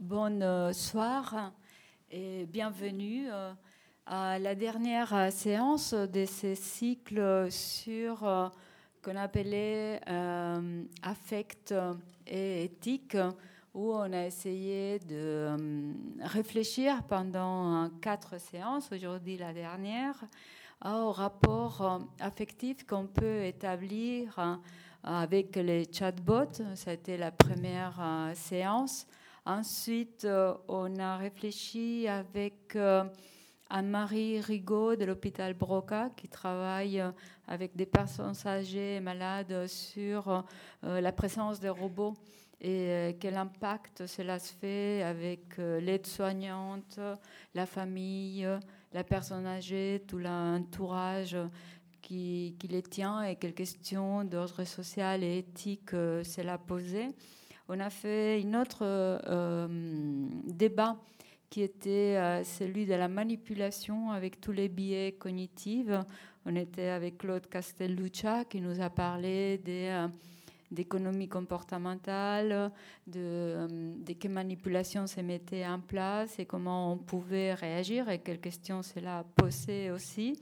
Bonsoir et bienvenue à la dernière séance de ce cycle sur qu'on appelait affect et éthique, où on a essayé de réfléchir pendant 4 séances, aujourd'hui la dernière, au rapport affectif qu'on peut établir avec les chatbots. Ça a été la première séance. Ensuite, on a réfléchi avec Anne-Marie Rigaud de l'hôpital Broca, qui travaille avec des personnes âgées et malades sur la présence des robots et quel impact cela se fait avec l'aide-soignante, la famille, la personne âgée, tout l'entourage qui les tient, et quelles questions d'ordre social et éthique cela posait. On a fait un autre débat qui était celui de la manipulation avec tous les biais cognitifs. On était avec Claude Castelluccia qui nous a parlé d'économie comportementale, de quelles manipulations se mettaient en place et comment on pouvait réagir et quelles questions cela posait aussi.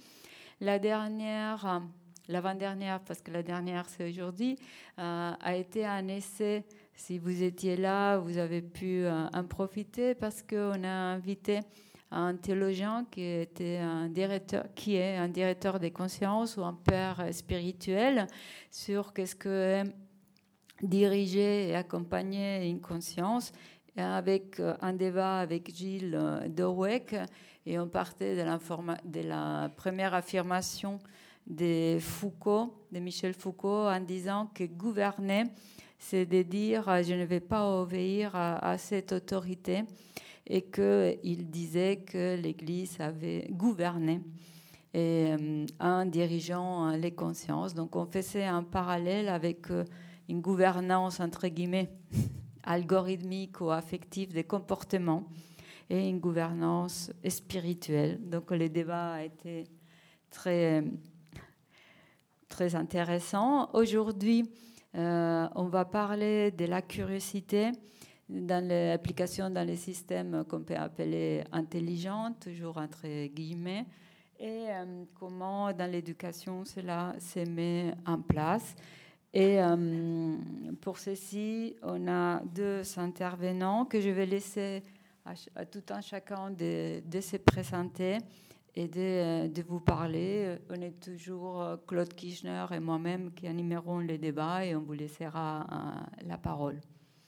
L'avant-dernière, parce que la dernière c'est aujourd'hui, a été un essai. Si vous étiez là, vous avez pu en profiter parce qu'on a invité un théologien qui est un directeur des consciences ou un père spirituel sur qu'est-ce que diriger et accompagner une conscience, avec un débat avec Gilles Dowek, et on partait de la première affirmation de Michel Foucault, en disant que gouverner, c'est de dire je ne vais pas obéir à cette autorité, et qu'il disait que l'Église avait gouverné en dirigeant les consciences. Donc on faisait un parallèle avec une gouvernance entre guillemets algorithmique ou affective des comportements et une gouvernance spirituelle. Donc le débat a été très, très intéressant. Aujourd'hui, on va parler de la curiosité dans l'application dans les systèmes qu'on peut appeler intelligents, toujours entre guillemets, et comment dans l'éducation cela se met en place. Et pour ceci, on a 2 intervenants que je vais laisser à tout un chacun de se présenter et de vous parler. On est toujours Claude Kirchner et moi-même qui animerons les débats, et on vous laissera la parole.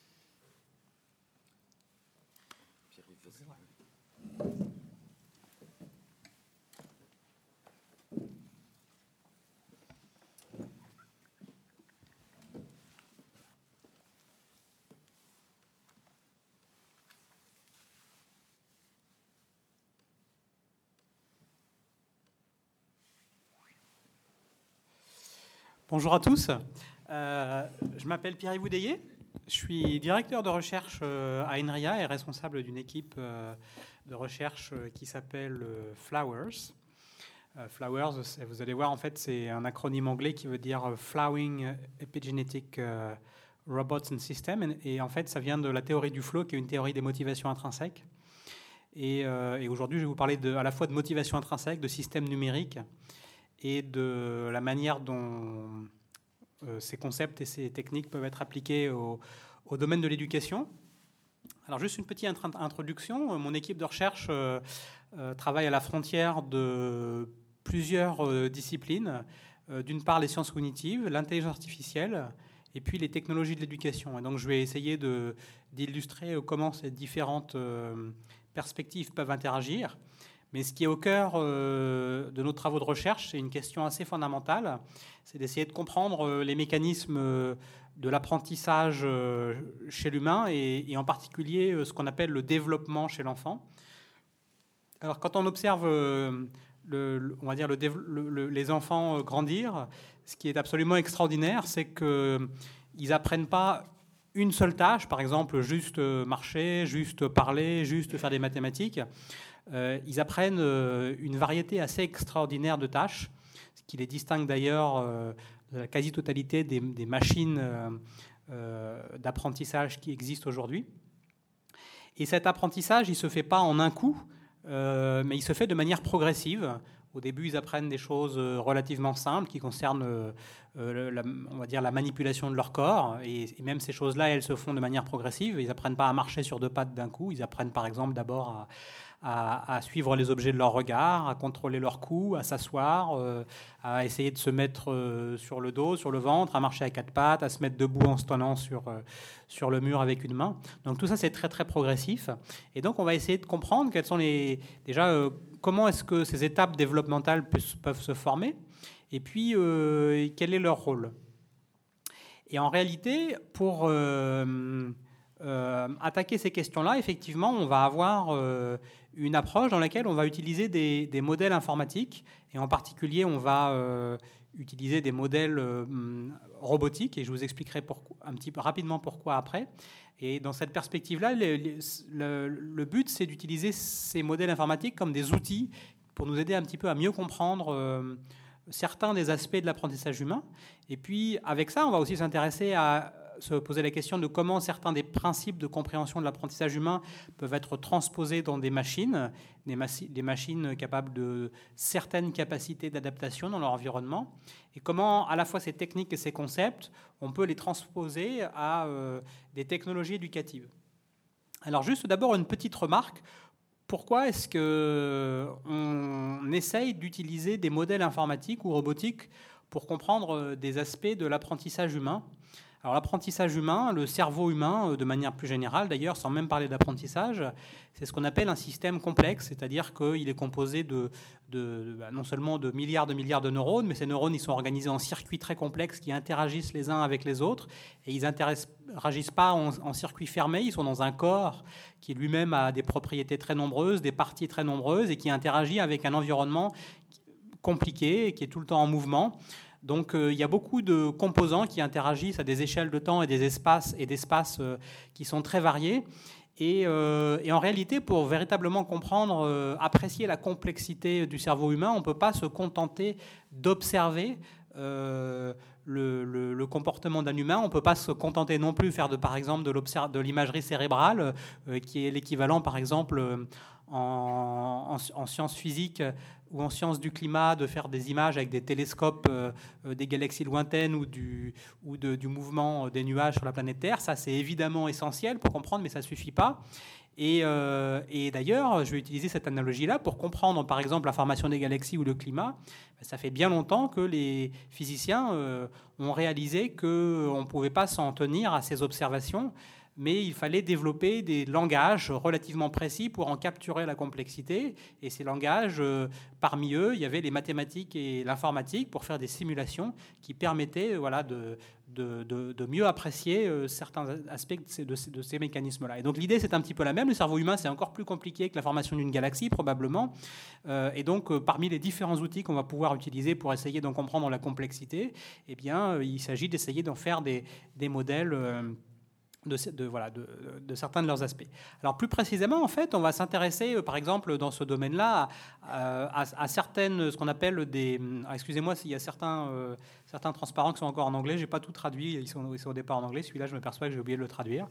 Bonjour à tous. Je m'appelle Pierre-Yves Oudéier. Je suis directeur de recherche à INRIA et responsable d'une équipe de recherche qui s'appelle Flowers. Flowers, vous allez voir, en fait, c'est un acronyme anglais qui veut dire Flowing Epigenetic Robots and Systems. Et en fait, ça vient de la théorie du flow, qui est une théorie des motivations intrinsèques. Et aujourd'hui, je vais vous parler à la fois de motivation intrinsèque, de systèmes numériques, et de la manière dont ces concepts et ces techniques peuvent être appliqués au domaine de l'éducation. Alors, juste une petite introduction. Mon équipe de recherche travaille à la frontière de plusieurs disciplines. D'une part, les sciences cognitives, l'intelligence artificielle, et puis les technologies de l'éducation. Et donc, je vais essayer d'illustrer comment ces différentes perspectives peuvent interagir. Mais ce qui est au cœur de nos travaux de recherche, c'est une question assez fondamentale, c'est d'essayer de comprendre les mécanismes de l'apprentissage chez l'humain et en particulier ce qu'on appelle le développement chez l'enfant. Alors quand on observe les enfants grandir, ce qui est absolument extraordinaire, c'est qu'ils n'apprennent pas une seule tâche, par exemple juste marcher, juste parler, juste faire des mathématiques. Ils apprennent une variété assez extraordinaire de tâches, ce qui les distingue d'ailleurs de la quasi-totalité des machines d'apprentissage qui existent aujourd'hui. Et cet apprentissage, il ne se fait pas en un coup, mais il se fait de manière progressive. Au début, ils apprennent des choses relativement simples qui concernent, on va dire, la manipulation de leur corps. Et même ces choses-là, elles se font de manière progressive. Ils n'apprennent pas à marcher sur 2 pattes d'un coup. Ils apprennent, par exemple, d'abord à suivre les objets de leur regard, à contrôler leur cou, à s'asseoir, à essayer de se mettre sur le dos, sur le ventre, à marcher à 4 pattes, à se mettre debout en se tenant sur le mur avec une main. Donc tout ça, c'est très, très progressif. Et donc, on va essayer de comprendre quelles sont comment est-ce que ces étapes développementales peuvent se former, et puis quel est leur rôle. Et en réalité, pour attaquer ces questions-là, effectivement, on va avoir une approche dans laquelle on va utiliser des modèles informatiques, et en particulier, on va utiliser des modèles robotiques, et je vous expliquerai un petit peu rapidement pourquoi après. Et dans cette perspective-là, le but, c'est d'utiliser ces modèles informatiques comme des outils pour nous aider un petit peu à mieux comprendre certains des aspects de l'apprentissage humain. Et puis, avec ça, on va aussi s'intéresser à se poser la question de comment certains des principes de compréhension de l'apprentissage humain peuvent être transposés dans des machines capables de certaines capacités d'adaptation dans leur environnement, et comment à la fois ces techniques et ces concepts, on peut les transposer à des technologies éducatives. Alors juste d'abord une petite remarque. Pourquoi est-ce qu'on essaye d'utiliser des modèles informatiques ou robotiques pour comprendre des aspects de l'apprentissage humain ? Alors l'apprentissage humain, le cerveau humain, de manière plus générale d'ailleurs, sans même parler d'apprentissage, c'est ce qu'on appelle un système complexe, c'est-à-dire qu'il est composé non seulement de milliards de neurones, mais ces neurones, ils sont organisés en circuits très complexes qui interagissent les uns avec les autres, et ils n'interagissent pas en circuits fermés, ils sont dans un corps qui lui-même a des propriétés très nombreuses, des parties très nombreuses, et qui interagit avec un environnement compliqué et qui est tout le temps en mouvement. Donc il y a beaucoup de composants qui interagissent à des échelles de temps et d'espaces qui sont très variés. Et en réalité, pour véritablement comprendre, apprécier la complexité du cerveau humain, on ne peut pas se contenter d'observer le comportement d'un humain. On ne peut pas se contenter non plus de faire par exemple de l'imagerie cérébrale, qui est l'équivalent par exemple en sciences physiques ou en sciences du climat, de faire des images avec des télescopes des galaxies lointaines ou du mouvement des nuages sur la planète Terre. Ça, c'est évidemment essentiel pour comprendre, mais ça ne suffit pas. Et d'ailleurs, je vais utiliser cette analogie-là pour comprendre, par exemple, la formation des galaxies ou le climat. Ça fait bien longtemps que les physiciens ont réalisé qu'on ne pouvait pas s'en tenir à ces observations, mais il fallait développer des langages relativement précis pour en capturer la complexité. Et ces langages, parmi eux, il y avait les mathématiques et l'informatique pour faire des simulations qui permettaient de mieux apprécier certains aspects de ces mécanismes-là. Et donc l'idée, c'est un petit peu la même. Le cerveau humain, c'est encore plus compliqué que la formation d'une galaxie, probablement. Et donc, parmi les différents outils qu'on va pouvoir utiliser pour essayer d'en comprendre la complexité, eh bien, il s'agit d'essayer d'en faire des modèles de certains de leurs aspects. Alors plus précisément, en fait, on va s'intéresser, par exemple, dans ce domaine-là, à certaines, ce qu'on appelle des... excusez-moi s'il y a certains transparents qui sont encore en anglais, je n'ai pas tout traduit, ils sont au départ en anglais, celui-là je me perçois que j'ai oublié de le traduire.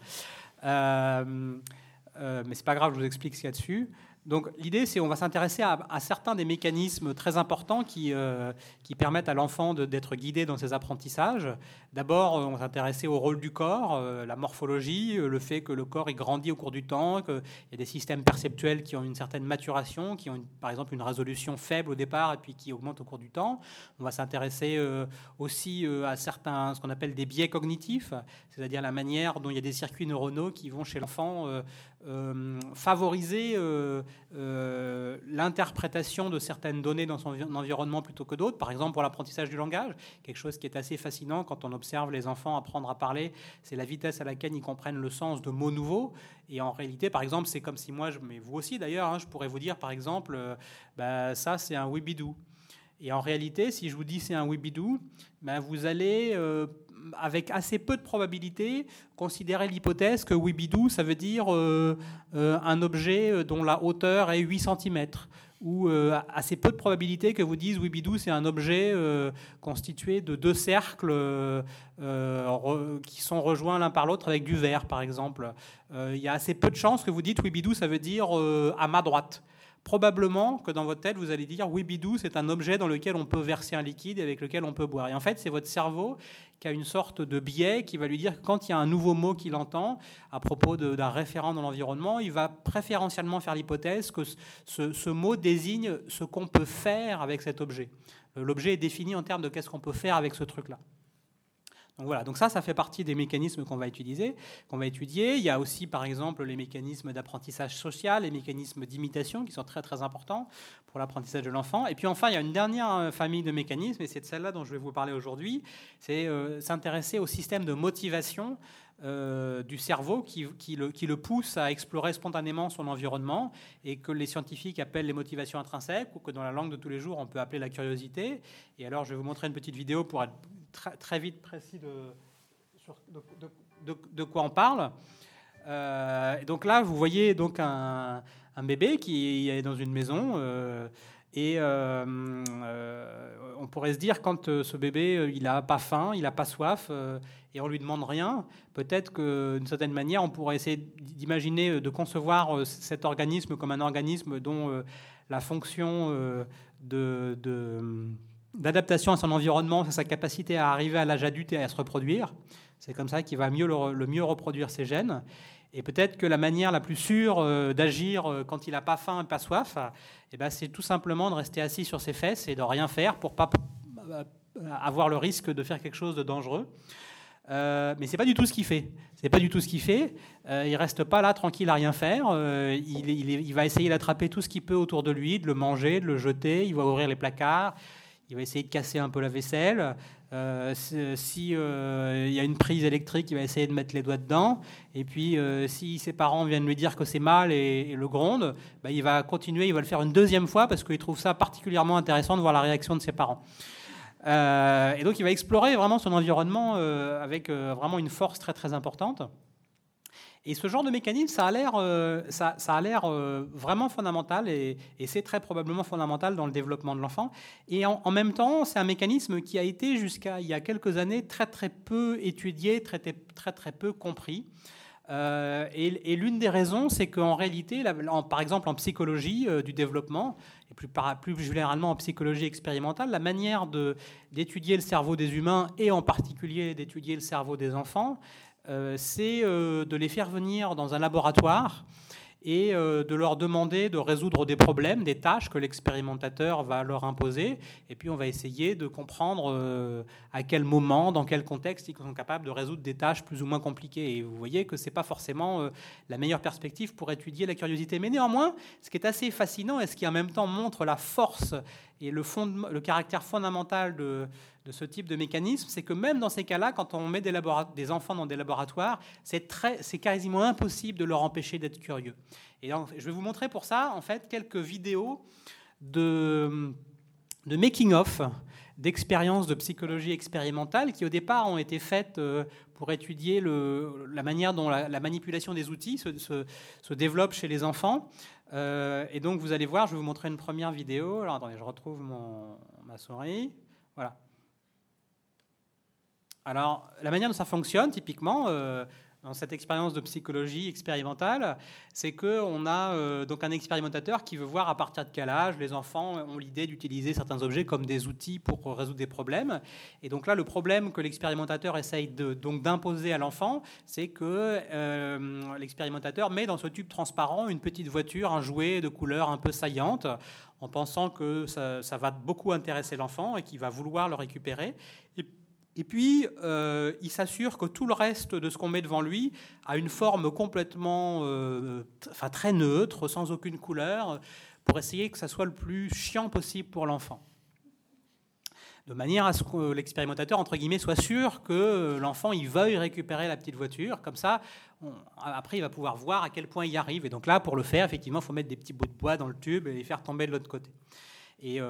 Mais c'est pas grave, je vous explique ce qu'il y a dessus. Donc l'idée, c'est qu'on va s'intéresser à certains des mécanismes très importants qui permettent à l'enfant d'être guidé dans ses apprentissages. D'abord, on va s'intéresser au rôle du corps, la morphologie, le fait que le corps il grandit au cours du temps, qu'il y a des systèmes perceptuels qui ont une certaine maturation, qui ont par exemple une résolution faible au départ et puis qui augmente au cours du temps. On va s'intéresser aussi à certains, ce qu'on appelle des biais cognitifs, c'est-à-dire la manière dont il y a des circuits neuronaux qui vont chez l'enfant favoriser l'interprétation de certaines données dans son environnement plutôt que d'autres. Par exemple, pour l'apprentissage du langage, quelque chose qui est assez fascinant quand on observe les enfants apprendre à parler, c'est la vitesse à laquelle ils comprennent le sens de mots nouveaux. Et en réalité, par exemple, c'est comme si moi, mais vous aussi d'ailleurs, je pourrais vous dire, par exemple, ça c'est un Wibidoo. Et en réalité, si je vous dis c'est un Wibidoo, vous allez... avec assez peu de probabilité, considérer l'hypothèse que Wibidoo, ça veut dire un objet dont la hauteur est 8 cm, ou assez peu de probabilité que vous disiez Wibidou, c'est un objet constitué de 2 cercles qui sont rejoints l'un par l'autre avec du vert, par exemple. Il y a assez peu de chances que vous dites Wibidou, ça veut dire à ma droite. Probablement que dans votre tête, vous allez dire Wibidou, c'est un objet dans lequel on peut verser un liquide et avec lequel on peut boire. Et en fait, c'est votre cerveau qui a une sorte de biais qui va lui dire que quand il y a un nouveau mot qu'il entend à propos d'un référent dans l'environnement, il va préférentiellement faire l'hypothèse que ce mot désigne ce qu'on peut faire avec cet objet. L'objet est défini en termes de qu'est-ce qu'on peut faire avec ce truc-là. Donc voilà, donc ça fait partie des mécanismes qu'on va utiliser, qu'on va étudier. Il y a aussi, par exemple, les mécanismes d'apprentissage social, les mécanismes d'imitation qui sont très très importants pour l'apprentissage de l'enfant. Et puis enfin, il y a une dernière famille de mécanismes, et c'est de celle-là dont je vais vous parler aujourd'hui, c'est s'intéresser au système de motivation du cerveau qui le pousse à explorer spontanément son environnement et que les scientifiques appellent les motivations intrinsèques ou que dans la langue de tous les jours, on peut appeler la curiosité. Et alors, je vais vous montrer une petite vidéo pour être très vite précis de quoi on parle. Donc là, vous voyez donc un bébé qui est dans une maison on pourrait se dire quand ce bébé il n'a pas faim, il n'a pas soif et on lui demande rien, peut-être que d'une certaine manière on pourrait essayer d'imaginer, de concevoir cet organisme comme un organisme dont la fonction d'adaptation à son environnement, c'est sa capacité à arriver à l'âge adulte et à se reproduire. C'est comme ça qu'il va le mieux reproduire ses gènes. Et peut-être que la manière la plus sûre d'agir quand il n'a pas faim et pas soif, c'est tout simplement de rester assis sur ses fesses et de rien faire pour ne pas avoir le risque de faire quelque chose de dangereux. Mais c'est pas du tout ce qu'il fait. C'est pas du tout ce qu'il fait. Il reste pas là tranquille à rien faire. Il va essayer d'attraper tout ce qu'il peut autour de lui, de le manger, de le jeter. Il va ouvrir les placards. Il va essayer de casser un peu la vaisselle. Si y a une prise électrique, il va essayer de mettre les doigts dedans. Et puis, si ses parents viennent lui dire que c'est mal et le grondent, il va continuer, il va le faire une deuxième fois parce qu'il trouve ça particulièrement intéressant de voir la réaction de ses parents. Et donc, il va explorer vraiment son environnement avec vraiment une force très, très importante. Et ce genre de mécanisme, ça a l'air vraiment fondamental et c'est très probablement fondamental dans le développement de l'enfant. Et en même temps, c'est un mécanisme qui a été jusqu'à il y a quelques années très très peu étudié, très très, très peu compris. Et l'une des raisons, c'est qu'en réalité, par exemple en psychologie du développement, et plus généralement en psychologie expérimentale, la manière d'étudier le cerveau des humains et en particulier d'étudier le cerveau des enfants, c'est de les faire venir dans un laboratoire et de leur demander de résoudre des problèmes, des tâches que l'expérimentateur va leur imposer. Et puis on va essayer de comprendre à quel moment, dans quel contexte ils sont capables de résoudre des tâches plus ou moins compliquées. Et vous voyez que ce n'est pas forcément la meilleure perspective pour étudier la curiosité. Mais néanmoins, ce qui est assez fascinant et ce qui en même temps montre la force et le caractère fondamental de ce type de mécanisme, c'est que même dans ces cas-là, quand on met des enfants dans des laboratoires, c'est quasiment impossible de leur empêcher d'être curieux. Et donc, je vais vous montrer pour ça, en fait, quelques vidéos de making-of d'expériences de psychologie expérimentale qui, au départ, ont été faites pour étudier la manière dont la manipulation des outils se développe chez les enfants. Et donc, vous allez voir, je vais vous montrer une première vidéo. Alors, attendez, je retrouve ma souris. Voilà. Alors, la manière dont ça fonctionne, typiquement, dans cette expérience de psychologie expérimentale, c'est qu'on a donc un expérimentateur qui veut voir à partir de quel âge les enfants ont l'idée d'utiliser certains objets comme des outils pour résoudre des problèmes. Et donc là, le problème que l'expérimentateur essaye donc d'imposer à l'enfant, c'est que l'expérimentateur met dans ce tube transparent une petite voiture, un jouet de couleur un peu saillante, en pensant que ça va beaucoup intéresser l'enfant et qu'il va vouloir le récupérer. Et puis, il s'assure que tout le reste de ce qu'on met devant lui a une forme complètement très neutre, sans aucune couleur, pour essayer que ça soit le plus chiant possible pour l'enfant. De manière à ce que l'expérimentateur, entre guillemets, soit sûr que l'enfant il veuille récupérer la petite voiture. Comme ça, après, il va pouvoir voir à quel point il y arrive. Et donc là, pour le faire, effectivement, il faut mettre des petits bouts de bois dans le tube et les faire tomber de l'autre côté. Et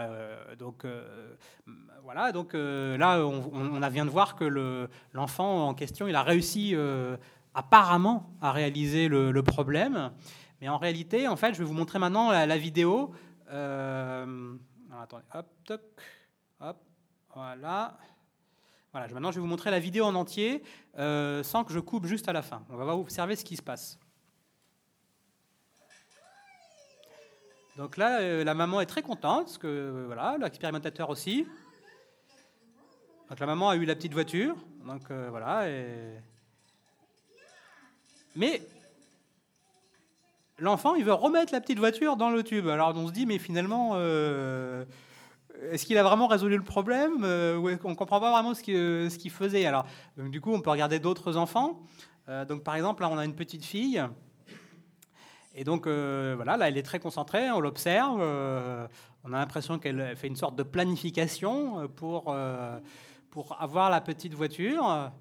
voilà, donc là, on vient de voir que l'enfant en question, il a réussi apparemment à réaliser le problème. Mais en réalité, en fait, je vais vous montrer maintenant la vidéo Alors, attendez, hop, toc, hop, voilà. Voilà, maintenant je vais vous montrer la vidéo en entier sans que je coupe juste à la fin. On va observer ce qui se passe. Donc là, la maman est très contente, parce que voilà, l'expérimentateur aussi. Donc la maman a eu la petite voiture, donc voilà. Mais l'enfant, il veut remettre la petite voiture dans le tube. Alors on se dit, mais finalement, est-ce qu'il a vraiment résolu le problème ou on ne comprend pas vraiment ce qu'il faisait. Alors, donc, du coup, on peut regarder d'autres enfants. Donc par exemple, là, on a une petite fille. Et donc, voilà, là, elle est très concentrée, on l'observe. On a l'impression qu'elle fait une sorte de planification pour avoir la petite voiture.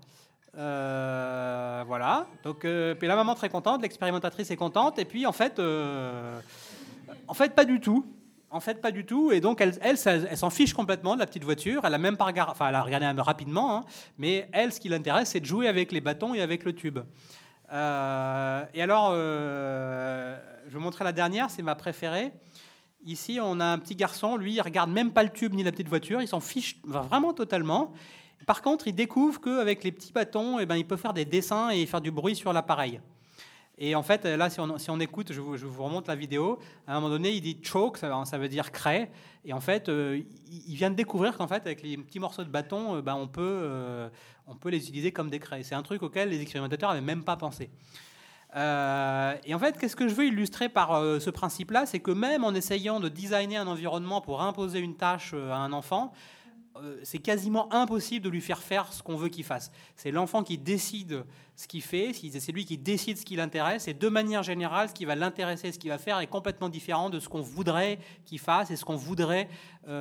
Voilà. Donc, puis la maman très contente, l'expérimentatrice est contente. Et puis, en fait, pas du tout. En fait, pas du tout. Et donc, elle s'en fiche complètement de la petite voiture. Elle a même pas regardé, enfin, elle a regardé rapidement. Hein, mais elle, ce qui l'intéresse, c'est de jouer avec les bâtons et avec le tube. Et alors, je vais vous montrer la dernière, c'est ma préférée. Ici, on a un petit garçon, lui, il regarde même pas le tube ni la petite voiture, il s'en fiche vraiment totalement. Par contre, il découvre qu'avec les petits bâtons, eh ben, il peut faire des dessins et faire du bruit sur l'appareil. Et en fait, là, si on écoute, je vous remonte la vidéo, à un moment donné, il dit « choke », ça veut dire « craie ». Et en fait, il vient de découvrir qu'en fait, avec les petits morceaux de bâton, on peut les utiliser comme des craies. C'est un truc auquel les expérimentateurs n'avaient même pas pensé. Et en fait, qu'est-ce que je veux illustrer par ce principe-là ? C'est que même en essayant de designer un environnement pour imposer une tâche à un enfant, c'est quasiment impossible de lui faire faire ce qu'on veut qu'il fasse. C'est l'enfant qui décide ce qu'il fait, c'est lui qui décide ce qui l'intéresse, et de manière générale, ce qui va l'intéresser, ce qu'il va faire est complètement différent de ce qu'on voudrait qu'il fasse et ce qu'on voudrait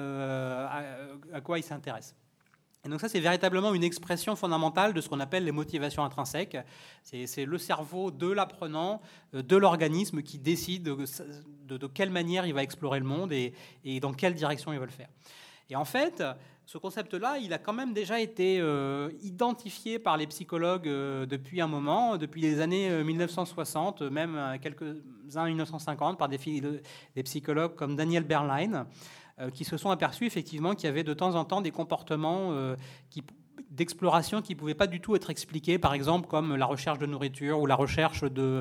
à quoi il s'intéresse. Et donc ça, c'est véritablement une expression fondamentale de ce qu'on appelle les motivations intrinsèques. C'est le cerveau de l'apprenant, de l'organisme qui décide de quelle manière il va explorer le monde et dans quelle direction il va le faire. Et en fait, ce concept-là, il a quand même déjà été identifié par les psychologues depuis un moment, depuis les années 1960, même quelques-uns 1950, par des psychologues comme Daniel Bernstein, qui se sont aperçus effectivement qu'il y avait de temps en temps des comportements d'exploration qui ne pouvaient pas du tout être expliqués, par exemple comme la recherche de nourriture ou la recherche de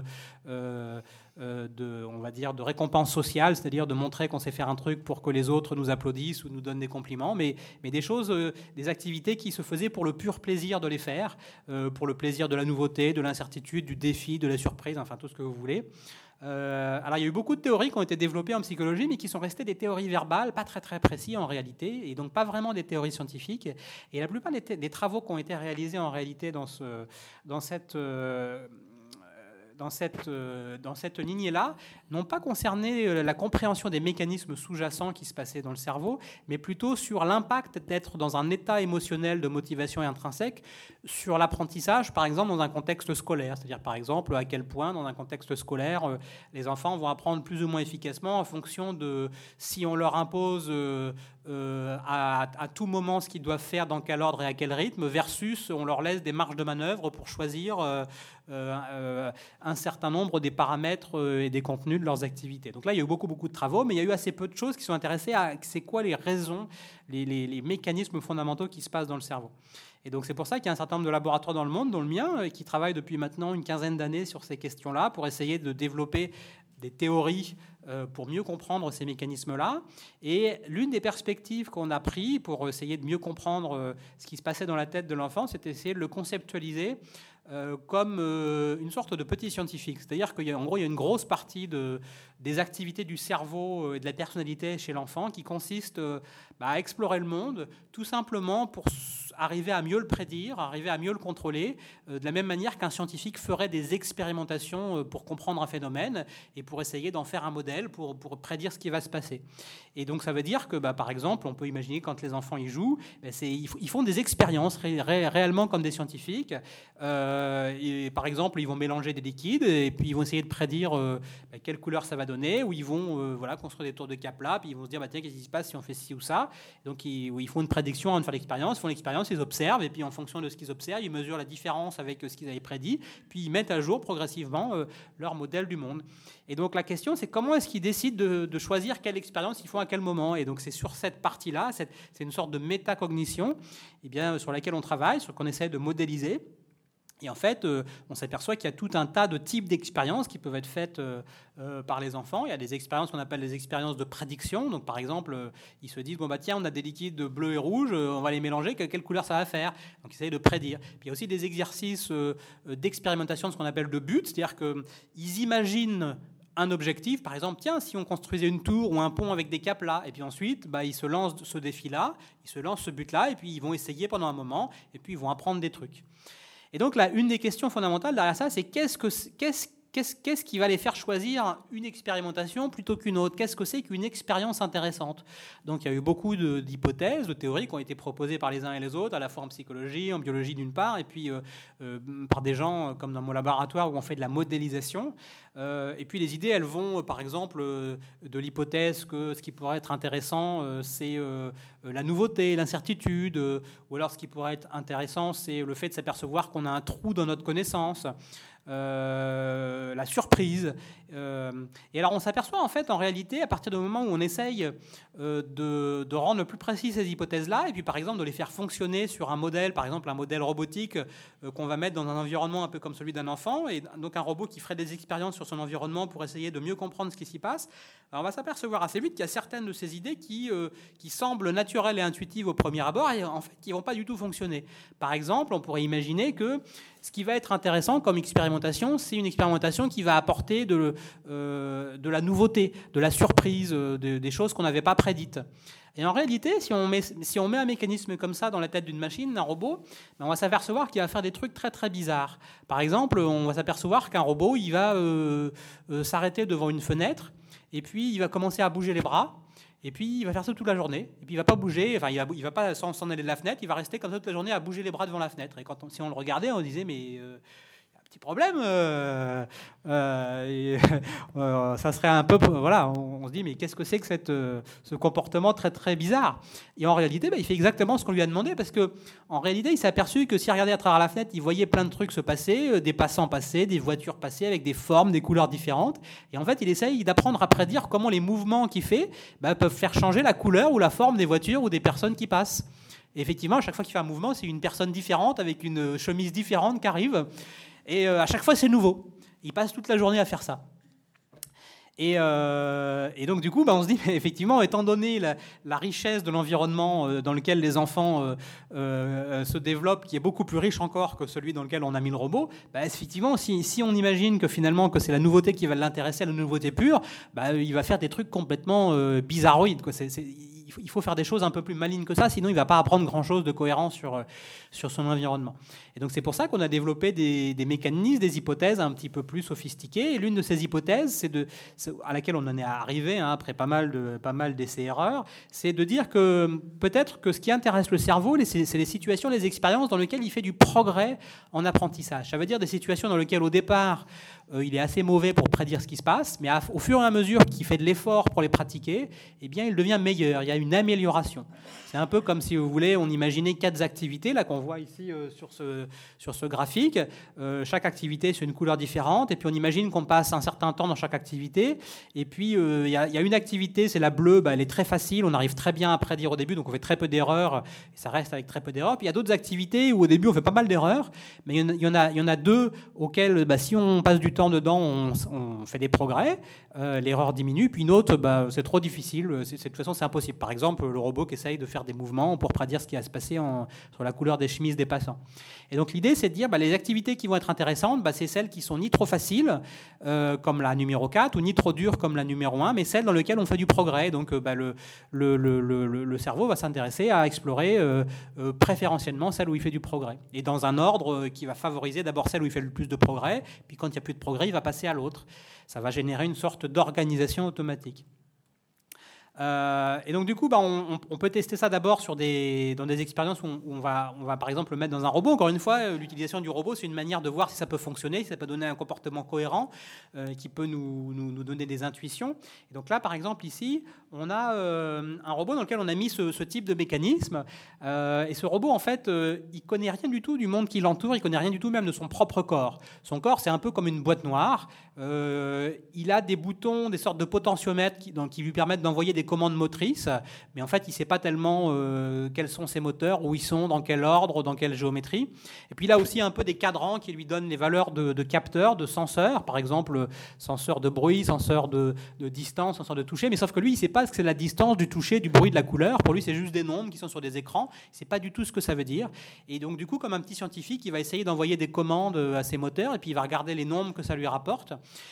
récompense sociale, c'est-à-dire de montrer qu'on sait faire un truc pour que les autres nous applaudissent ou nous donnent des compliments, mais des choses, des activités qui se faisaient pour le pur plaisir de les faire, pour le plaisir de la nouveauté, de l'incertitude, du défi, de la surprise, enfin tout ce que vous voulez. Alors il y a eu beaucoup de théories qui ont été développées en psychologie, mais qui sont restées des théories verbales, pas très très précises en réalité, et donc pas vraiment des théories scientifiques. Et la plupart des travaux qui ont été réalisés en réalité dans cette lignée-là, n'ont pas concerné la compréhension des mécanismes sous-jacents qui se passaient dans le cerveau, mais plutôt sur l'impact d'être dans un état émotionnel de motivation intrinsèque sur l'apprentissage, par exemple dans un contexte scolaire. C'est-à-dire, par exemple, à quel point, dans un contexte scolaire, les enfants vont apprendre plus ou moins efficacement en fonction de si on leur impose à tout moment ce qu'ils doivent faire, dans quel ordre et à quel rythme, versus on leur laisse des marges de manœuvre pour choisir un certain nombre des paramètres et des contenus de leurs activités. Donc là, il y a eu beaucoup de travaux, mais il y a eu assez peu de choses qui sont intéressées à c'est quoi les raisons, les mécanismes fondamentaux qui se passent dans le cerveau. Et donc c'est pour ça qu'il y a un certain nombre de laboratoires dans le monde, dont le mien, qui travaillent depuis maintenant une quinzaine d'années sur ces questions-là, pour essayer de développer des théories pour mieux comprendre ces mécanismes-là. Et l'une des perspectives qu'on a prises pour essayer de mieux comprendre ce qui se passait dans la tête de l'enfant, c'était d'essayer de le conceptualiser comme une sorte de petit scientifique. C'est-à-dire qu'en gros, il y a une grosse partie des activités du cerveau et de la personnalité chez l'enfant qui consiste à explorer le monde, tout simplement pour arriver à mieux le prédire, arriver à mieux le contrôler, de la même manière qu'un scientifique ferait des expérimentations pour comprendre un phénomène et pour essayer d'en faire un modèle pour prédire ce qui va se passer. Et donc ça veut dire que, par exemple, on peut imaginer quand les enfants y jouent, ils font des expériences réellement comme des scientifiques. Et par exemple, ils vont mélanger des liquides et puis ils vont essayer de prédire quelle couleur ça va donner, où ils vont construire des tours de Kaplan, puis ils vont se dire tiens, qu'est-ce qui se passe si on fait ci ou ça. Donc où ils font une prédiction avant de faire l'expérience, ils font l'expérience, ils observent, et puis en fonction de ce qu'ils observent, ils mesurent la différence avec ce qu'ils avaient prédit, puis ils mettent à jour progressivement leur modèle du monde. Et donc la question, c'est comment est-ce qu'ils décident de choisir quelle expérience ils font à quel moment. Et donc c'est sur cette partie-là, c'est une sorte de métacognition sur laquelle on travaille, sur qu'on essaie de modéliser. Et en fait, on s'aperçoit qu'il y a tout un tas de types d'expériences qui peuvent être faites par les enfants. Il y a des expériences qu'on appelle des expériences de prédiction. Donc, par exemple, ils se disent tiens, on a des liquides bleus et rouges, on va les mélanger, quelle couleur ça va faire. Donc, ils essayent de prédire. Puis, il y a aussi des exercices d'expérimentation de ce qu'on appelle de but, c'est-à-dire qu'ils imaginent un objectif, par exemple, tiens, si on construisait une tour ou un pont avec des capes là, et puis ensuite, ils se lancent ce défi-là, ils se lancent ce but-là, et puis ils vont essayer pendant un moment, et puis ils vont apprendre des trucs. Et donc là, une des questions fondamentales derrière ça, c'est qu'est-ce qui va les faire choisir une expérimentation plutôt qu'une autre? Qu'est-ce que c'est qu'une expérience intéressante? Donc il y a eu beaucoup d'hypothèses, de théories qui ont été proposées par les uns et les autres, à la fois en psychologie, en biologie d'une part, et puis par des gens comme dans mon laboratoire où on fait de la modélisation. Et puis les idées, elles vont, par exemple, de l'hypothèse que ce qui pourrait être intéressant, c'est la nouveauté, l'incertitude, ou alors ce qui pourrait être intéressant, c'est le fait de s'apercevoir qu'on a un trou dans notre connaissance. La surprise. Et alors on s'aperçoit en fait en réalité à partir du moment où on essaye de rendre le plus précis ces hypothèses-là et puis par exemple de les faire fonctionner sur un modèle, par exemple un modèle robotique qu'on va mettre dans un environnement un peu comme celui d'un enfant, et donc un robot qui ferait des expériences sur son environnement pour essayer de mieux comprendre ce qui s'y passe. Alors on va s'apercevoir assez vite qu'il y a certaines de ces idées qui semblent naturelles et intuitives au premier abord et en fait qui ne vont pas du tout fonctionner. Par exemple, on pourrait imaginer que ce qui va être intéressant comme expérimentation, c'est une expérimentation qui va apporter de la nouveauté, de la surprise, des choses qu'on n'avait pas prédites. Et en réalité, si on met un mécanisme comme ça dans la tête d'une machine, d'un robot, on va s'apercevoir qu'il va faire des trucs très très bizarres. Par exemple, on va s'apercevoir qu'un robot, il va s'arrêter devant une fenêtre, et puis il va commencer à bouger les bras, et puis il va faire ça toute la journée, et puis il va pas bouger, enfin il va pas s'en aller de la fenêtre, il va rester comme ça toute la journée à bouger les bras devant la fenêtre. Et si on le regardait, on disait mais petit problème, ça serait un peu, voilà, on se dit mais qu'est-ce que c'est que ce comportement très très bizarre? Et en réalité, il fait exactement ce qu'on lui a demandé, parce que en réalité, il s'est aperçu que s'il regardait à travers la fenêtre, il voyait plein de trucs se passer, des passants passer, des voitures passer avec des formes, des couleurs différentes. Et en fait, il essaye d'apprendre à prédire comment les mouvements qu'il fait peuvent faire changer la couleur ou la forme des voitures ou des personnes qui passent. Et effectivement, à chaque fois qu'il fait un mouvement, c'est une personne différente avec une chemise différente qui arrive. Et à chaque fois, c'est nouveau. Il passe toute la journée à faire ça. Et donc, du coup, on se dit, effectivement, étant donné la richesse de l'environnement dans lequel les enfants se développent, qui est beaucoup plus riche encore que celui dans lequel on a mis le robot, effectivement, si on imagine que finalement que c'est la nouveauté qui va l'intéresser, la nouveauté pure, il va faire des trucs complètement bizarroïdes, quoi. Il faut faire des choses un peu plus malignes que ça, sinon il ne va pas apprendre grand-chose de cohérent sur son environnement. Et donc c'est pour ça qu'on a développé des mécanismes, des hypothèses un petit peu plus sophistiquées. Et l'une de ces hypothèses, à laquelle on en est arrivé après pas mal d'essais-erreurs, c'est de dire que peut-être que ce qui intéresse le cerveau, c'est les situations, les expériences dans lesquelles il fait du progrès en apprentissage. Ça veut dire des situations dans lesquelles au départ, il est assez mauvais pour prédire ce qui se passe, mais au fur et à mesure qu'il fait de l'effort pour les pratiquer, eh bien, il devient meilleur. Il y a une amélioration. C'est un peu comme si vous voulez, on imaginait 4 activités là qu'on voit ici sur ce graphique. Chaque activité c'est une couleur différente, et puis on imagine qu'on passe un certain temps dans chaque activité. Et puis il y a une activité, c'est la bleue, elle est très facile, on arrive très bien à prédire au début, donc on fait très peu d'erreurs, et ça reste avec très peu d'erreurs. Puis il y a d'autres activités où au début on fait pas mal d'erreurs, mais il y en a 2 auxquelles, si on passe du temps dedans, on fait des progrès, l'erreur diminue. Puis une autre, c'est trop difficile, de toute façon c'est impossible. Par exemple, le robot qui essaye de faire des mouvements pour prédire ce qui va se passer sur la couleur des chemises des passants. Et donc l'idée, c'est de dire les activités qui vont être intéressantes, c'est celles qui sont ni trop faciles, comme la numéro 4, ou ni trop dures comme la numéro 1, mais celles dans lesquelles on fait du progrès. Donc le cerveau va s'intéresser à explorer préférentiellement celles où il fait du progrès. Et dans un ordre qui va favoriser d'abord celle où il fait le plus de progrès, puis quand il n'y a plus de progrès, il va passer à l'autre. Ça va générer une sorte d'organisation automatique. Et donc du coup, on peut tester ça d'abord dans des expériences où on va par exemple le mettre dans un robot. Encore une fois, l'utilisation du robot, c'est une manière de voir si ça peut fonctionner, si ça peut donner un comportement cohérent qui peut nous donner des intuitions. Et donc là, par exemple, ici, on a un robot dans lequel on a mis ce type de mécanisme. Et ce robot, en fait, il connaît rien du tout du monde qui l'entoure, il connaît rien du tout même de son propre corps. Son corps, c'est un peu comme une boîte noire. Il a des boutons, des sortes de potentiomètres qui lui permettent d'envoyer des commandes motrices, mais en fait, il ne sait pas tellement quels sont ses moteurs, où ils sont, dans quel ordre, dans quelle géométrie. Et puis, il a aussi un peu des cadrans qui lui donnent les valeurs de capteurs, de senseurs, par exemple, senseur de bruit, senseur de distance, senseur de toucher, mais sauf que lui, il ne sait pas ce que c'est la distance du toucher, du bruit, de la couleur. Pour lui, c'est juste des nombres qui sont sur des écrans. Il ne sait pas du tout ce que ça veut dire. Et donc, du coup, comme un petit scientifique, il va essayer d'envoyer des commandes à ses moteurs, et puis il va regarder les nombres que ça lui rapporte.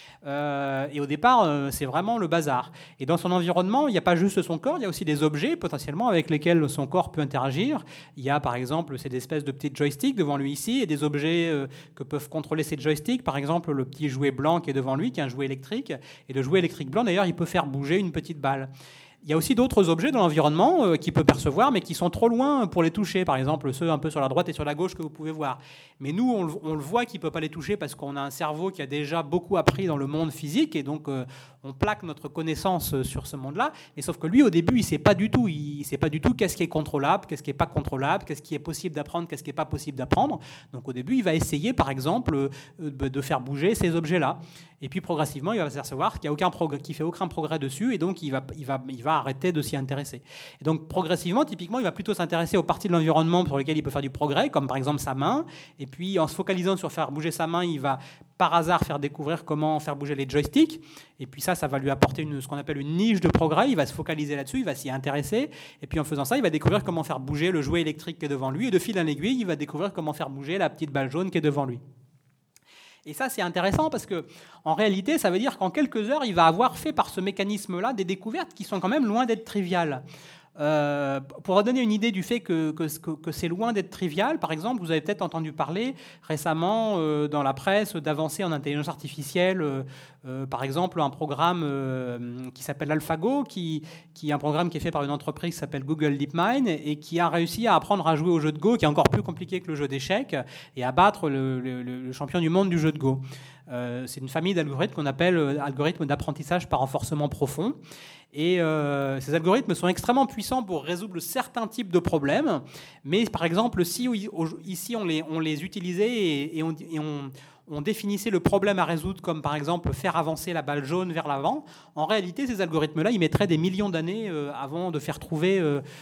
Et au départ, c'est vraiment le bazar. Et dans son environnement, il n'y a pas juste son corps, il y a aussi des objets potentiellement avec lesquels son corps peut interagir. Il y a par exemple ces espèces de petits joysticks devant lui ici, et des objets que peuvent contrôler ces joysticks. Par exemple, le petit jouet blanc qui est devant lui, qui est un jouet électrique. Et le jouet électrique blanc, d'ailleurs, il peut faire bouger une petite balle. Il y a aussi d'autres objets dans l'environnement qu'il peut percevoir, mais qui sont trop loin pour les toucher. Par exemple, ceux un peu sur la droite et sur la gauche que vous pouvez voir. Mais nous, on le voit qu'il ne peut pas les toucher parce qu'on a un cerveau qui a déjà beaucoup appris dans le monde physique. Et donc, on plaque notre connaissance sur ce monde-là. Mais sauf que lui, au début, il ne sait pas du tout. Il sait pas du tout qu'est-ce qui est contrôlable, qu'est-ce qui n'est pas contrôlable, qu'est-ce qui est possible d'apprendre, qu'est-ce qui n'est pas possible d'apprendre. Donc, au début, il va essayer, par exemple, de faire bouger ces objets-là. Et puis, progressivement, il va s'apercevoir qu'il ne fait aucun progrès dessus. Et donc, il va arrêter de s'y intéresser. Et donc, progressivement, typiquement, il va plutôt s'intéresser aux parties de l'environnement sur lesquelles il peut faire du progrès, comme par exemple sa main. Et puis, en se focalisant sur faire bouger sa main, il va par hasard faire découvrir comment faire bouger les joysticks. Et puis ça va lui apporter ce qu'on appelle une niche de progrès. Il va se focaliser là-dessus, il va s'y intéresser. Et puis en faisant ça, il va découvrir comment faire bouger le jouet électrique qui est devant lui. Et de fil en aiguille, il va découvrir comment faire bouger la petite balle jaune qui est devant lui. Et ça, c'est intéressant parce que, en réalité, ça veut dire qu'en quelques heures, il va avoir fait par ce mécanisme-là des découvertes qui sont quand même loin d'être triviales. Pour donner une idée du fait que c'est loin d'être trivial, par exemple, vous avez peut-être entendu parler récemment dans la presse d'avancées en intelligence artificielle, par exemple un programme qui s'appelle AlphaGo, qui est un programme qui est fait par une entreprise qui s'appelle Google DeepMind et qui a réussi à apprendre à jouer au jeu de Go, qui est encore plus compliqué que le jeu d'échecs, et à battre le champion du monde du jeu de Go. C'est une famille d'algorithmes qu'on appelle algorithmes d'apprentissage par renforcement profond. Et ces algorithmes sont extrêmement puissants pour résoudre certains types de problèmes. Mais par exemple, si ici on les utilisait et on définissait le problème à résoudre comme par exemple faire avancer la balle jaune vers l'avant, en réalité ces algorithmes-là, ils mettraient des millions d'années avant de faire trouver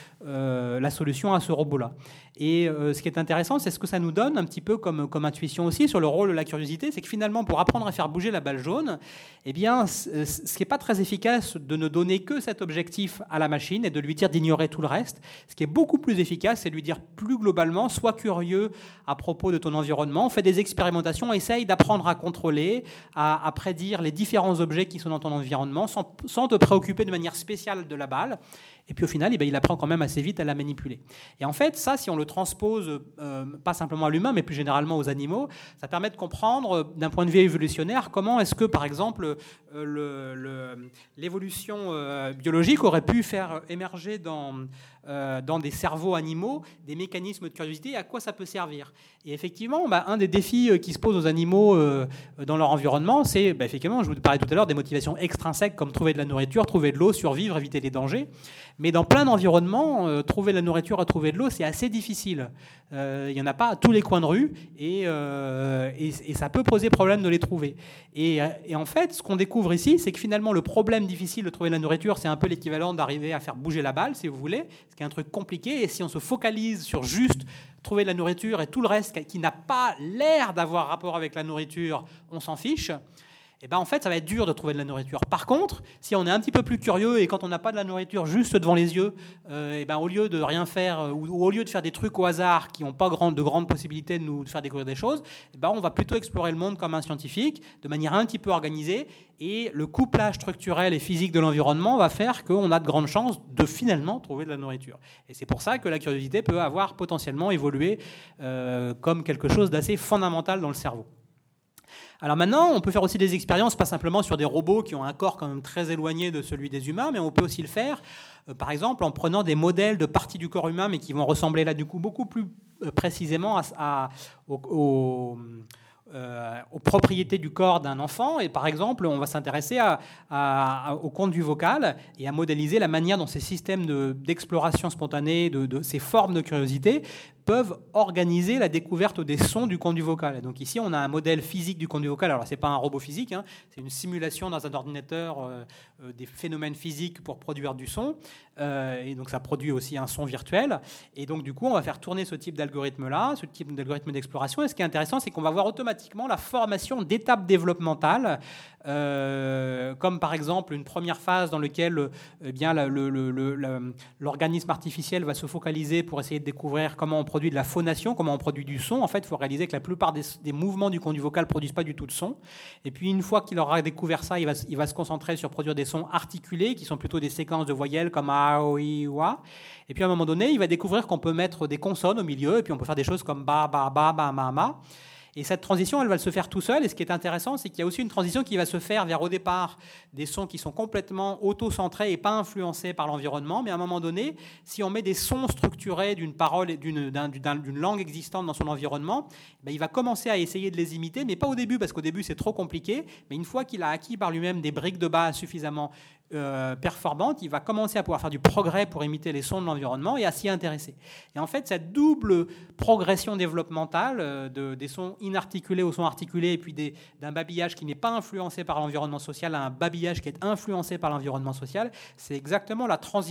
la solution à ce robot-là. Et ce qui est intéressant, c'est ce que ça nous donne un petit peu comme intuition aussi sur le rôle de la curiosité, c'est que finalement pour apprendre à faire bouger la balle jaune, eh bien, ce qui n'est pas très efficace de ne donner que cet objectif à la machine et de lui dire d'ignorer tout le reste. Ce qui est beaucoup plus efficace, c'est de lui dire plus globalement, sois curieux à propos de ton environnement, fais des expérimentations, essaye d'apprendre à contrôler, à prédire les différents objets qui sont dans ton environnement sans te préoccuper de manière spéciale de la balle. Et puis au final, il apprend quand même assez vite à la manipuler. Et en fait, ça, si on le transpose pas simplement à l'humain, mais plus généralement aux animaux, ça permet de comprendre d'un point de vue évolutionnaire comment est-ce que, par exemple, l'évolution biologique aurait pu faire émerger dans des cerveaux animaux des mécanismes de curiosité et à quoi ça peut servir. Et effectivement, un des défis qui se posent aux animaux dans leur environnement, c'est effectivement, je vous parlais tout à l'heure, des motivations extrinsèques comme trouver de la nourriture, trouver de l'eau, survivre, éviter les dangers. Mais dans plein d'environnements, trouver de la nourriture et trouver de l'eau, c'est assez difficile. Il n'y en a pas à tous les coins de rue et ça peut poser problème de les trouver. Et en fait, ce qu'on découvre ici, c'est que finalement, le problème difficile de trouver de la nourriture, c'est un peu l'équivalent d'arriver à faire bouger la balle, si vous voulez, ce qui est un truc compliqué. Et si on se focalise sur juste trouver de la nourriture et tout le reste qui n'a pas l'air d'avoir rapport avec la nourriture, on s'en fiche. Et en fait, ça va être dur de trouver de la nourriture. Par contre, si on est un petit peu plus curieux et quand on n'a pas de la nourriture juste devant les yeux, au lieu de rien faire ou au lieu de faire des trucs au hasard qui n'ont pas de grandes possibilités de nous faire découvrir des choses, on va plutôt explorer le monde comme un scientifique, de manière un petit peu organisée. Et le couplage structurel et physique de l'environnement va faire qu'on a de grandes chances de finalement trouver de la nourriture. Et c'est pour ça que la curiosité peut avoir potentiellement évolué comme quelque chose d'assez fondamental dans le cerveau. Alors maintenant, on peut faire aussi des expériences, pas simplement sur des robots qui ont un corps quand même très éloigné de celui des humains, mais on peut aussi le faire, par exemple, en prenant des modèles de parties du corps humain, mais qui vont ressembler là, du coup, beaucoup plus précisément aux propriétés du corps d'un enfant. Et par exemple, on va s'intéresser au conduit vocal et à modéliser la manière dont ces systèmes d'exploration spontanée, de ces formes de curiosité, peuvent organiser la découverte des sons du conduit vocal. Et donc ici, on a un modèle physique du conduit vocal. Alors, ce n'est pas un robot physique, hein, c'est une simulation dans un ordinateur des phénomènes physiques pour produire du son. Et donc, ça produit aussi un son virtuel. Et donc, du coup, on va faire tourner ce type d'algorithme-là, ce type d'algorithme d'exploration. Et ce qui est intéressant, c'est qu'on va voir automatiquement la formation d'étapes développementales, comme par exemple une première phase dans laquelle l'organisme artificiel va se focaliser pour essayer de découvrir comment on produit de la phonation, comment on produit du son. En fait, il faut réaliser que la plupart des mouvements du conduit vocal ne produisent pas du tout de son. Et puis, une fois qu'il aura découvert ça, il va se concentrer sur produire des sons articulés, qui sont plutôt des séquences de voyelles comme A, O, I, Wa. Et puis, à un moment donné, il va découvrir qu'on peut mettre des consonnes au milieu, et puis on peut faire des choses comme Ba, Ba, Ba, Ba, Ma, Ma. Et cette transition, elle va se faire tout seul. Et ce qui est intéressant, c'est qu'il y a aussi une transition qui va se faire vers, au départ, des sons qui sont complètement auto-centrés et pas influencés par l'environnement. Mais à un moment donné, si on met des sons structurés d'une parole et d'une langue existante dans son environnement, il va commencer à essayer de les imiter, mais pas au début, parce qu'au début, c'est trop compliqué. Mais une fois qu'il a acquis par lui-même des briques de base suffisamment performante, il va commencer à pouvoir faire du progrès pour imiter les sons de l'environnement et à s'y intéresser. Et en fait, cette double progression développementale des sons inarticulés aux sons articulés et puis d'un babillage qui n'est pas influencé par l'environnement social à un babillage qui est influencé par l'environnement social, c'est exactement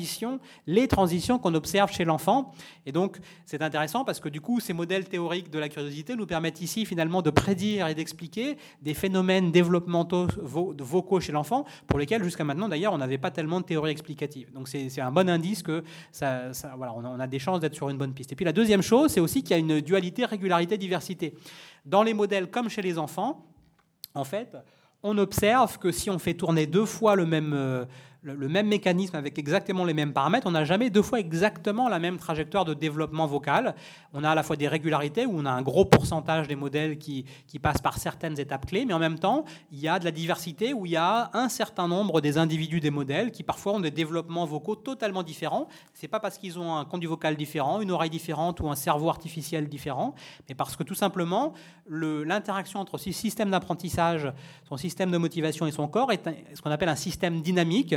les transitions qu'on observe chez l'enfant. Et donc, c'est intéressant parce que du coup, ces modèles théoriques de la curiosité nous permettent ici finalement de prédire et d'expliquer des phénomènes développementaux vocaux chez l'enfant pour lesquels jusqu'à maintenant, d'ailleurs, on n'avait pas tellement de théorie explicative. Donc c'est un bon indice que voilà, on a des chances d'être sur une bonne piste. Et puis la deuxième chose, c'est aussi qu'il y a une dualité régularité-diversité. Dans les modèles comme chez les enfants, en fait, on observe que si on fait tourner 2 fois le même mécanisme avec exactement les mêmes paramètres, on n'a jamais 2 fois exactement la même trajectoire de développement vocal. On a à la fois des régularités, où on a un gros pourcentage des modèles qui passent par certaines étapes clés, mais en même temps, il y a de la diversité, où il y a un certain nombre des individus des modèles qui parfois ont des développements vocaux totalement différents. Ce n'est pas parce qu'ils ont un conduit vocal différent, une oreille différente ou un cerveau artificiel différent, mais parce que tout simplement, l'interaction entre ce système d'apprentissage, son système de motivation et son corps est ce qu'on appelle un système dynamique,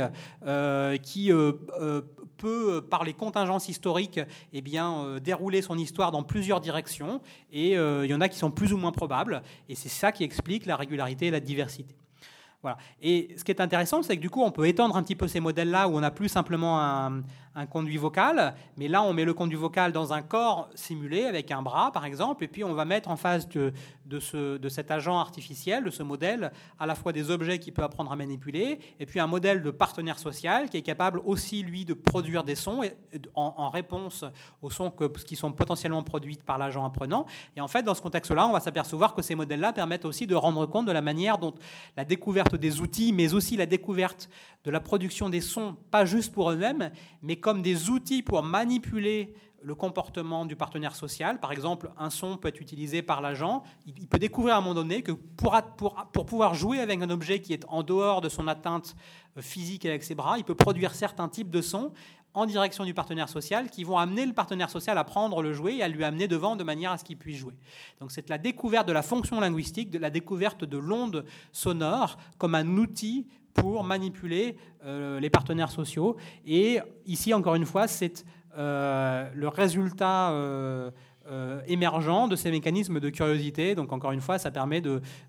qui peut, par les contingences historiques, dérouler son histoire dans plusieurs directions. Et il y en a qui sont plus ou moins probables. Et c'est ça qui explique la régularité et la diversité. Voilà. Et ce qui est intéressant, c'est que du coup, on peut étendre un petit peu ces modèles-là où on n'a plus simplement un conduit vocal, mais là, on met le conduit vocal dans un corps simulé avec un bras, par exemple, et puis on va mettre en face de cet agent artificiel, de ce modèle, à la fois des objets qu'il peut apprendre à manipuler, et puis un modèle de partenaire social qui est capable aussi, lui, de produire des sons en réponse aux sons qui sont potentiellement produits par l'agent apprenant. Et en fait, dans ce contexte-là, on va s'apercevoir que ces modèles-là permettent aussi de rendre compte de la manière dont la découverte des outils, mais aussi la découverte de la production des sons, pas juste pour eux-mêmes, mais comme des outils pour manipuler le comportement du partenaire social. Par exemple, un son peut être utilisé par l'agent. Il peut découvrir à un moment donné que pour pouvoir jouer avec un objet qui est en dehors de son atteinte physique avec ses bras, il peut produire certains types de sons en direction du partenaire social qui vont amener le partenaire social à prendre le jouet et à lui amener devant de manière à ce qu'il puisse jouer. Donc c'est la découverte de la fonction linguistique, de la découverte de l'onde sonore comme un outil pour manipuler les partenaires sociaux. Et ici, encore une fois, c'est le résultat émergent de ces mécanismes de curiosité. Donc, encore une fois, ça permet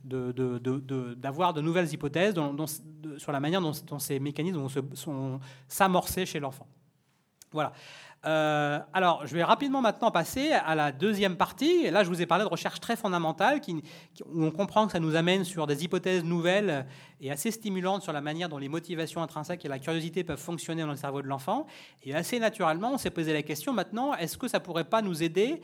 d'avoir de nouvelles hypothèses sur la manière dont ces mécanismes vont s'amorcer chez l'enfant. Voilà. Alors, je vais rapidement maintenant passer à la deuxième partie. Et là, je vous ai parlé de recherche très fondamentale, où on comprend que ça nous amène sur des hypothèses nouvelles et assez stimulantes sur la manière dont les motivations intrinsèques et la curiosité peuvent fonctionner dans le cerveau de l'enfant. Et assez naturellement, on s'est posé la question maintenant, est-ce que ça ne pourrait pas nous aider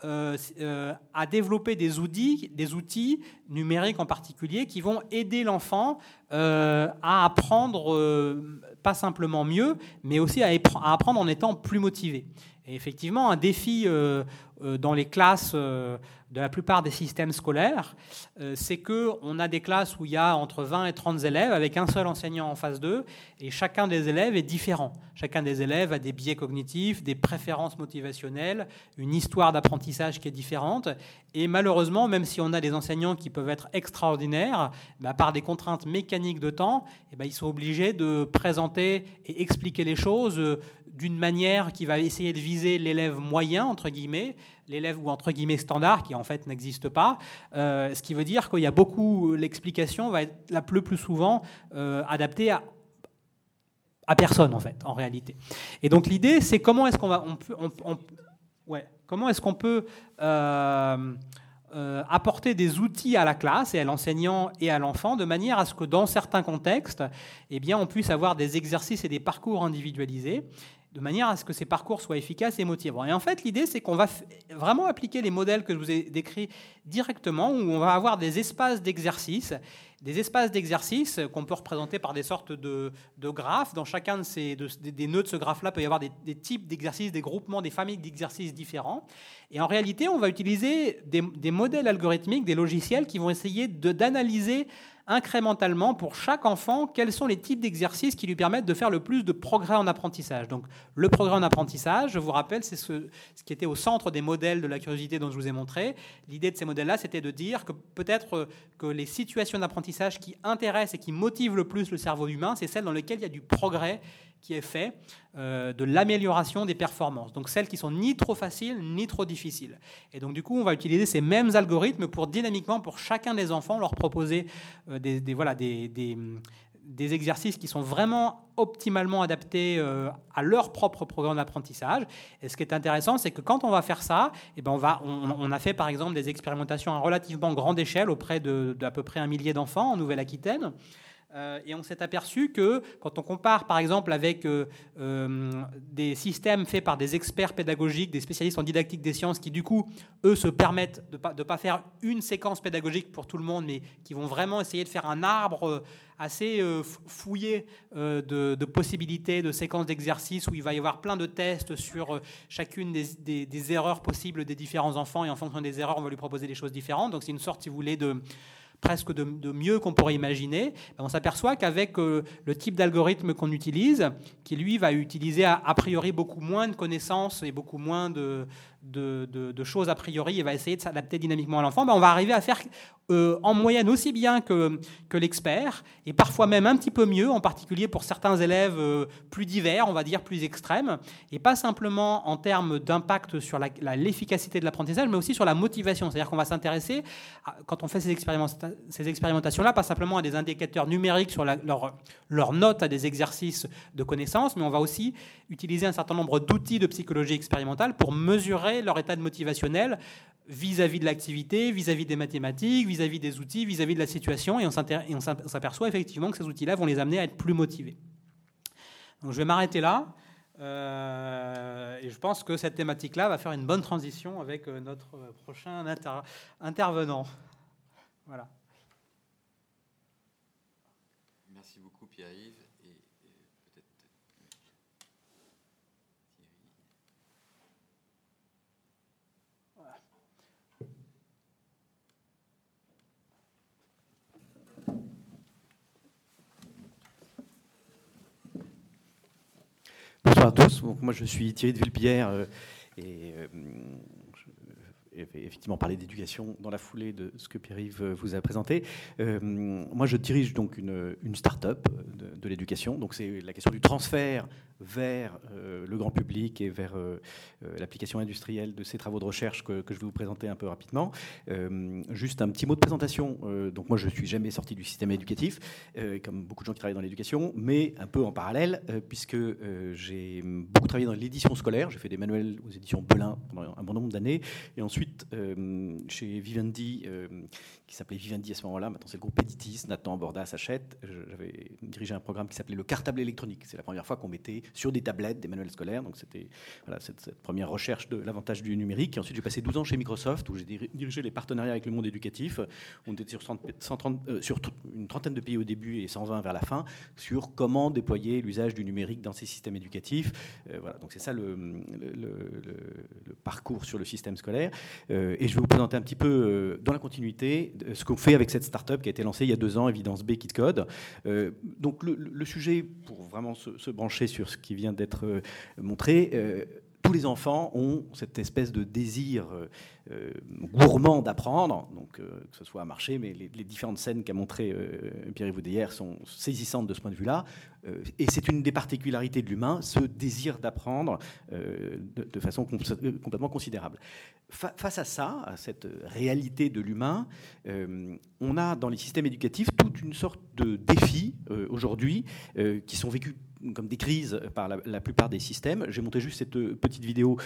à développer des outils numériques en particulier, qui vont aider l'enfant à apprendre pas simplement mieux, mais aussi à apprendre en étant plus motivé. Et effectivement, un défi dans les classes de la plupart des systèmes scolaires, c'est qu'on a des classes où il y a entre 20 et 30 élèves avec un seul enseignant en face d'eux, et chacun des élèves est différent. Chacun des élèves a des biais cognitifs, des préférences motivationnelles, une histoire d'apprentissage qui est différente. Et malheureusement, même si on a des enseignants qui peuvent être extraordinaires, par des contraintes mécaniques de temps, ils sont obligés de présenter et expliquer les choses d'une manière qui va essayer de viser l'élève moyen, entre guillemets, l'élève ou entre guillemets standard, qui en fait n'existe pas, ce qui veut dire qu'il y a beaucoup, l'explication va être le plus souvent adaptée à personne en fait, en réalité. Et donc l'idée, c'est comment est-ce qu'on peut apporter des outils à la classe et à l'enseignant et à l'enfant de manière à ce que dans certains contextes, on puisse avoir des exercices et des parcours individualisés, de manière à ce que ces parcours soient efficaces et motivants. Et en fait, l'idée, c'est qu'on va vraiment appliquer les modèles que je vous ai décrits directement, où on va avoir des espaces d'exercice qu'on peut représenter par des sortes de graphes. Dans chacun des nœuds de ce graphe-là, peut y avoir des types d'exercices, des groupements, des familles d'exercices différents. Et en réalité, on va utiliser des modèles algorithmiques, des logiciels qui vont essayer d'analyser incrémentalement pour chaque enfant quels sont les types d'exercices qui lui permettent de faire le plus de progrès en apprentissage. Donc le progrès en apprentissage, je vous rappelle, c'est ce qui était au centre des modèles de la curiosité dont je vous ai montré. L'idée de ces modèles-là, c'était de dire que peut-être que les situations d'apprentissage qui intéressent et qui motivent le plus le cerveau humain, c'est celles dans lesquelles il y a du progrès qui est fait, de l'amélioration des performances. Donc celles qui sont ni trop faciles ni trop difficiles. Et donc du coup, on va utiliser ces mêmes algorithmes pour dynamiquement, pour chacun des enfants, leur proposer des exercices qui sont vraiment optimalement adaptés à leur propre programme d'apprentissage. Et ce qui est intéressant, c'est que quand on va faire ça, on a fait par exemple des expérimentations à relativement grande échelle auprès d'à peu près 1 millier d'enfants en Nouvelle-Aquitaine. Et on s'est aperçu que quand on compare par exemple avec des systèmes faits par des experts pédagogiques, des spécialistes en didactique des sciences qui du coup, eux, se permettent de pas faire une séquence pédagogique pour tout le monde, mais qui vont vraiment essayer de faire un arbre assez fouillé de possibilités, de séquences d'exercices où il va y avoir plein de tests sur chacune des erreurs possibles des différents enfants, et en fonction des erreurs, on va lui proposer des choses différentes. Donc c'est une sorte, si vous voulez, presque de mieux qu'on pourrait imaginer. On s'aperçoit qu'avec le type d'algorithme qu'on utilise, qui lui va utiliser a priori beaucoup moins de connaissances et beaucoup moins de choses a priori, et va essayer de s'adapter dynamiquement à l'enfant, on va arriver à faire en moyenne aussi bien que l'expert, et parfois même un petit peu mieux, en particulier pour certains élèves plus divers, on va dire plus extrêmes, et pas simplement en termes d'impact sur l'efficacité de l'apprentissage, mais aussi sur la motivation. C'est-à-dire qu'on va s'intéresser, quand on fait ces expérimentations-là, pas simplement à des indicateurs numériques sur leur note à des exercices de connaissances, mais on va aussi utiliser un certain nombre d'outils de psychologie expérimentale pour mesurer leur état de motivationnel vis-à-vis de l'activité, vis-à-vis des mathématiques, vis-à-vis des outils, vis-à-vis de la situation, et on s'aperçoit effectivement que ces outils-là vont les amener à être plus motivés. Donc je vais m'arrêter là, et je pense que cette thématique-là va faire une bonne transition avec notre prochain intervenant. Voilà. Merci beaucoup Pierre-Yves. Bonsoir à tous. Donc, moi, je suis Thierry de Villepierre et je vais effectivement parler d'éducation dans la foulée de ce que Pierre-Yves vous a présenté. Moi, je dirige donc une start-up de l'éducation. Donc, c'est la question du transfert vers le grand public et vers l'application industrielle de ces travaux de recherche que je vais vous présenter un peu rapidement. Juste un petit mot de présentation. Donc moi, je ne suis jamais sorti du système éducatif, comme beaucoup de gens qui travaillent dans l'éducation, mais un peu en parallèle, puisque j'ai beaucoup travaillé dans l'édition scolaire. J'ai fait des manuels aux éditions Belin pendant un bon nombre d'années. Et ensuite, chez Vivendi, qui s'appelait Vivendi à ce moment-là, maintenant c'est le groupe Editis, Nathan, Bordas, Hachette, j'avais dirigé un programme qui s'appelait le cartable électronique. C'est la première fois qu'on mettait sur des tablettes, des manuels scolaires. Donc c'était cette première recherche de l'avantage du numérique. Et ensuite, j'ai passé 12 ans chez Microsoft, où j'ai dirigé les partenariats avec le monde éducatif. On était sur une trentaine de pays au début et 120 vers la fin, sur comment déployer l'usage du numérique dans ces systèmes éducatifs. Donc c'est ça le parcours sur le système scolaire. Et je vais vous présenter un petit peu, dans la continuité, ce qu'on fait avec cette start-up qui a été lancée il y a 2 ans, Evidence B KidCode. Donc le sujet, pour vraiment se brancher sur ce qui vient d'être montré, tous les enfants ont cette espèce de désir gourmand d'apprendre, donc que ce soit à marcher, mais les différentes scènes qu'a montrées Pierre-Yves Oudéhière sont saisissantes de ce point de vue-là. Et c'est une des particularités de l'humain, ce désir d'apprendre de façon complètement considérable. Face à ça, à cette réalité de l'humain, on a dans les systèmes éducatifs toute une sorte de défis aujourd'hui qui sont vécus comme des crises par la plupart des systèmes. J'ai monté juste cette petite vidéo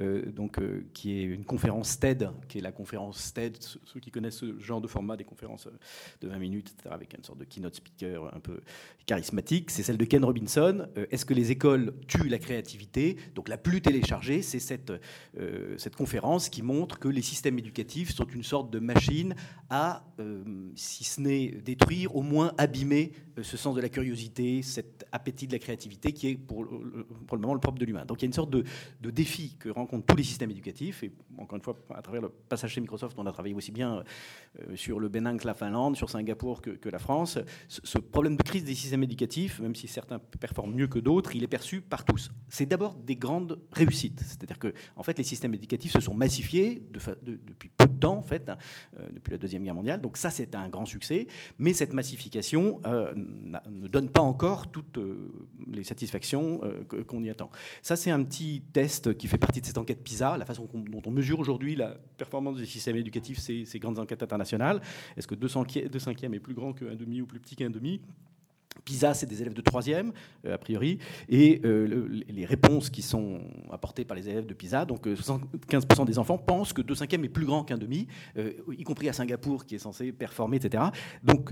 qui est une conférence TED, qui est la conférence TED, ceux qui connaissent ce genre de format, des conférences de 20 minutes, etc., avec une sorte de keynote speaker un peu charismatique. C'est celle de Ken Robinson. Est-ce que les écoles tuent la créativité? Donc la plus téléchargée, c'est cette conférence qui montre que les systèmes éducatifs sont une sorte de machine à, si ce n'est détruire, au moins abîmer ce sens de la curiosité, cet appétit de la créativité qui est pour le moment le propre de l'humain. Donc il y a une sorte de défi que rencontrent tous les systèmes éducatifs, et encore une fois, à travers le passage chez Microsoft, on a travaillé aussi bien sur le Bénin que la Finlande, sur Singapour que la France. Ce problème de crise des systèmes éducatifs, même si certains performent mieux que d'autres, il est perçu par tous. C'est d'abord des grandes réussites, c'est-à-dire que en fait, les systèmes éducatifs se sont massifiés depuis peu de temps, en fait, depuis la Deuxième Guerre mondiale, donc ça c'est un grand succès, mais cette massification ne donne pas encore toutes les satisfactions qu'on y attend. Ça, c'est un petit test qui fait partie de cette enquête PISA, la façon dont on mesure aujourd'hui la performance des systèmes éducatifs, ces grandes enquêtes internationales. Est-ce que 2 cinquièmes est plus grand qu'un demi ou plus petit qu'un demi? PISA, c'est des élèves de 3e, a priori, et les réponses qui sont apportées par les élèves de PISA, donc 75% des enfants pensent que 2 cinquièmes est plus grand qu'un demi, y compris à Singapour, qui est censé performer, etc. Donc,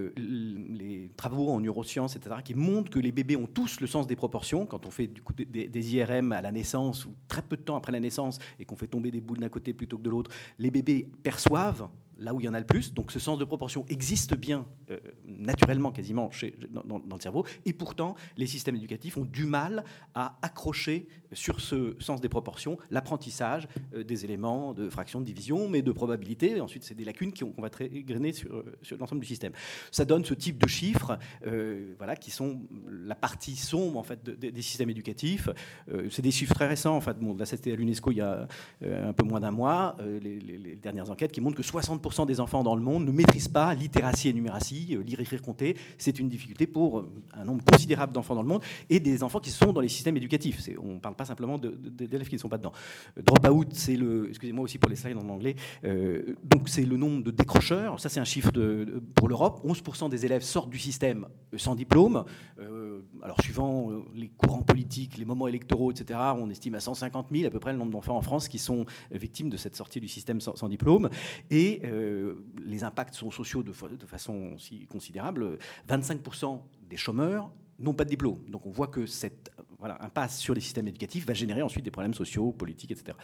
les travaux en neurosciences, etc., qui montrent que les bébés ont tous le sens des proportions. Quand on fait du coup, des IRM à la naissance, ou très peu de temps après la naissance, et qu'on fait tomber des boules d'un côté plutôt que de l'autre, les bébés perçoivent là où il y en a le plus. Donc ce sens de proportion existe bien naturellement quasiment dans le cerveau. Et pourtant, les systèmes éducatifs ont du mal à accrocher sur ce sens des proportions l'apprentissage des éléments de fraction, de division, mais de probabilité. Ensuite, c'est des lacunes qu'on va égrener sur l'ensemble du système. Ça donne ce type de chiffres qui sont la partie sombre en fait, des systèmes éducatifs. C'est des chiffres très récents. En fait. Là, c'était à l'UNESCO il y a un peu moins d'un mois. Les dernières enquêtes qui montrent que 60% des enfants dans le monde ne maîtrisent pas littératie et numératie, lire, écrire, compter. C'est une difficulté pour un nombre considérable d'enfants dans le monde et des enfants qui sont dans les systèmes éducatifs. On ne parle pas simplement d'élèves qui ne sont pas dedans. Drop-out, c'est excusez-moi aussi pour les slides en anglais, donc c'est le nombre de décrocheurs. Ça, c'est un chiffre pour l'Europe. 11% des élèves sortent du système sans diplôme. Alors, suivant les courants politiques, les moments électoraux, etc., on estime à 150 000 à peu près le nombre d'enfants en France qui sont victimes de cette sortie du système sans diplôme. Et les impacts sont sociaux de façon aussi considérable. 25% des chômeurs n'ont pas de diplôme. Donc on voit que cette impasse sur les systèmes éducatifs va générer ensuite des problèmes sociaux, politiques, etc.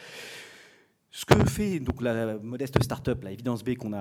Ce que fait donc la modeste start-up, la Evidence B qu'on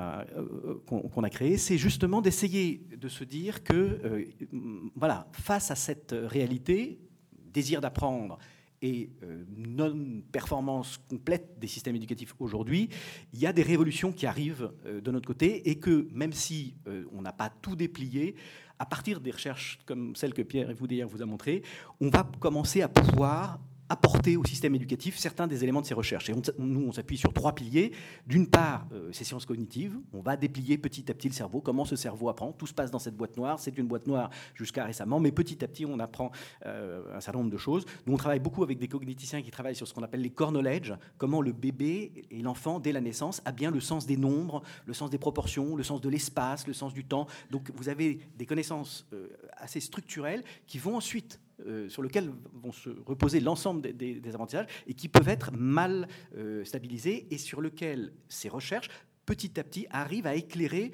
a créée, c'est justement d'essayer de se dire que face à cette réalité, désir d'apprendre et non-performance complète des systèmes éducatifs aujourd'hui, il y a des révolutions qui arrivent de notre côté et que même si on n'a pas tout déplié, à partir des recherches comme celle que Pierre-Yves Oudéhière vous a montrées, on va commencer à pouvoir apporter au système éducatif certains des éléments de ces recherches. Et nous, on s'appuie sur 3 piliers. D'une part, ces sciences cognitives. On va déplier petit à petit le cerveau, comment ce cerveau apprend. Tout se passe dans cette boîte noire. C'est une boîte noire jusqu'à récemment, mais petit à petit, on apprend un certain nombre de choses. Nous, on travaille beaucoup avec des cogniticiens qui travaillent sur ce qu'on appelle les core knowledge, comment le bébé et l'enfant, dès la naissance, a bien le sens des nombres, le sens des proportions, le sens de l'espace, le sens du temps. Donc, vous avez des connaissances assez structurelles qui vont ensuite sur lesquels vont se reposer l'ensemble des apprentissages et qui peuvent être mal stabilisés et sur lesquels ces recherches, petit à petit, arrivent à éclairer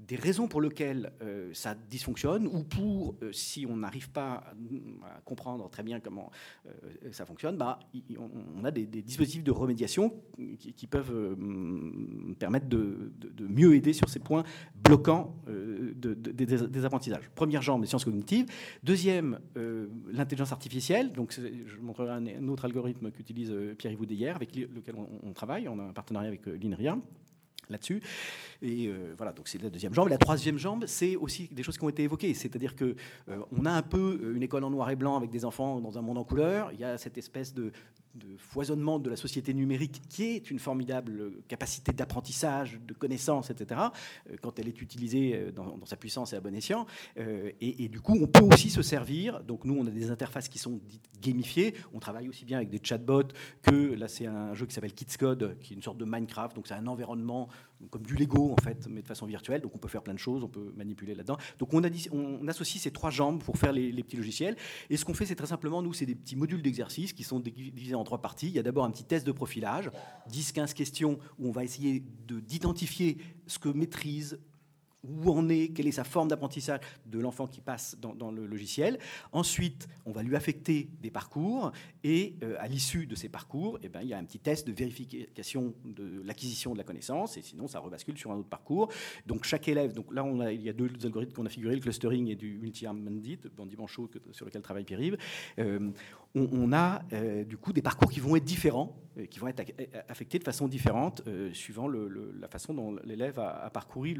des raisons pour lesquelles ça dysfonctionne, ou pour, si on n'arrive pas à comprendre très bien comment ça fonctionne, on a des dispositifs de remédiation qui peuvent permettre de mieux aider sur ces points bloquants des apprentissages. Première jambe, les sciences cognitives. Deuxième, l'intelligence artificielle. Donc, je montrerai un autre algorithme qu'utilise Pierre-Yves Oudéhière, avec lequel on travaille. On a un partenariat avec l'INRIA là-dessus. Et voilà, donc c'est la deuxième jambe. La troisième jambe, c'est aussi des choses qui ont été évoquées. C'est-à-dire qu'on a un peu une école en noir et blanc avec des enfants dans un monde en couleur. Il y a cette espèce de foisonnement de la société numérique qui est une formidable capacité d'apprentissage, de connaissance, etc., quand elle est utilisée dans sa puissance et à bon escient. Et du coup, on peut aussi se servir. Donc nous, on a des interfaces qui sont dites gamifiées. On travaille aussi bien avec des chatbots que, là, c'est un jeu qui s'appelle Kids Code, qui est une sorte de Minecraft. Donc c'est un environnement comme du Lego, en fait, mais de façon virtuelle. Donc on peut faire plein de choses, on peut manipuler là-dedans. Donc on associe ces trois jambes pour faire les petits logiciels. Et ce qu'on fait, c'est très simplement, nous, c'est des petits modules d'exercices qui sont divisés en trois parties. Il y a d'abord un petit test de profilage, 10-15 questions où on va essayer d'identifier ce que maîtrise, où en est, quelle est sa forme d'apprentissage de l'enfant qui passe dans le logiciel. Ensuite, on va lui affecter des parcours et à l'issue de ces parcours, il y a un petit test de vérification de l'acquisition de la connaissance et sinon ça rebascule sur un autre parcours. Donc chaque élève, donc là il y a deux algorithmes qu'on a figurés, le clustering et du multi-arm bandit, bandit manchot sur lequel travaille Pierre-Yves. On a du coup des parcours qui vont être différents, qui vont être affectés de façon différente suivant la façon dont l'élève a parcouru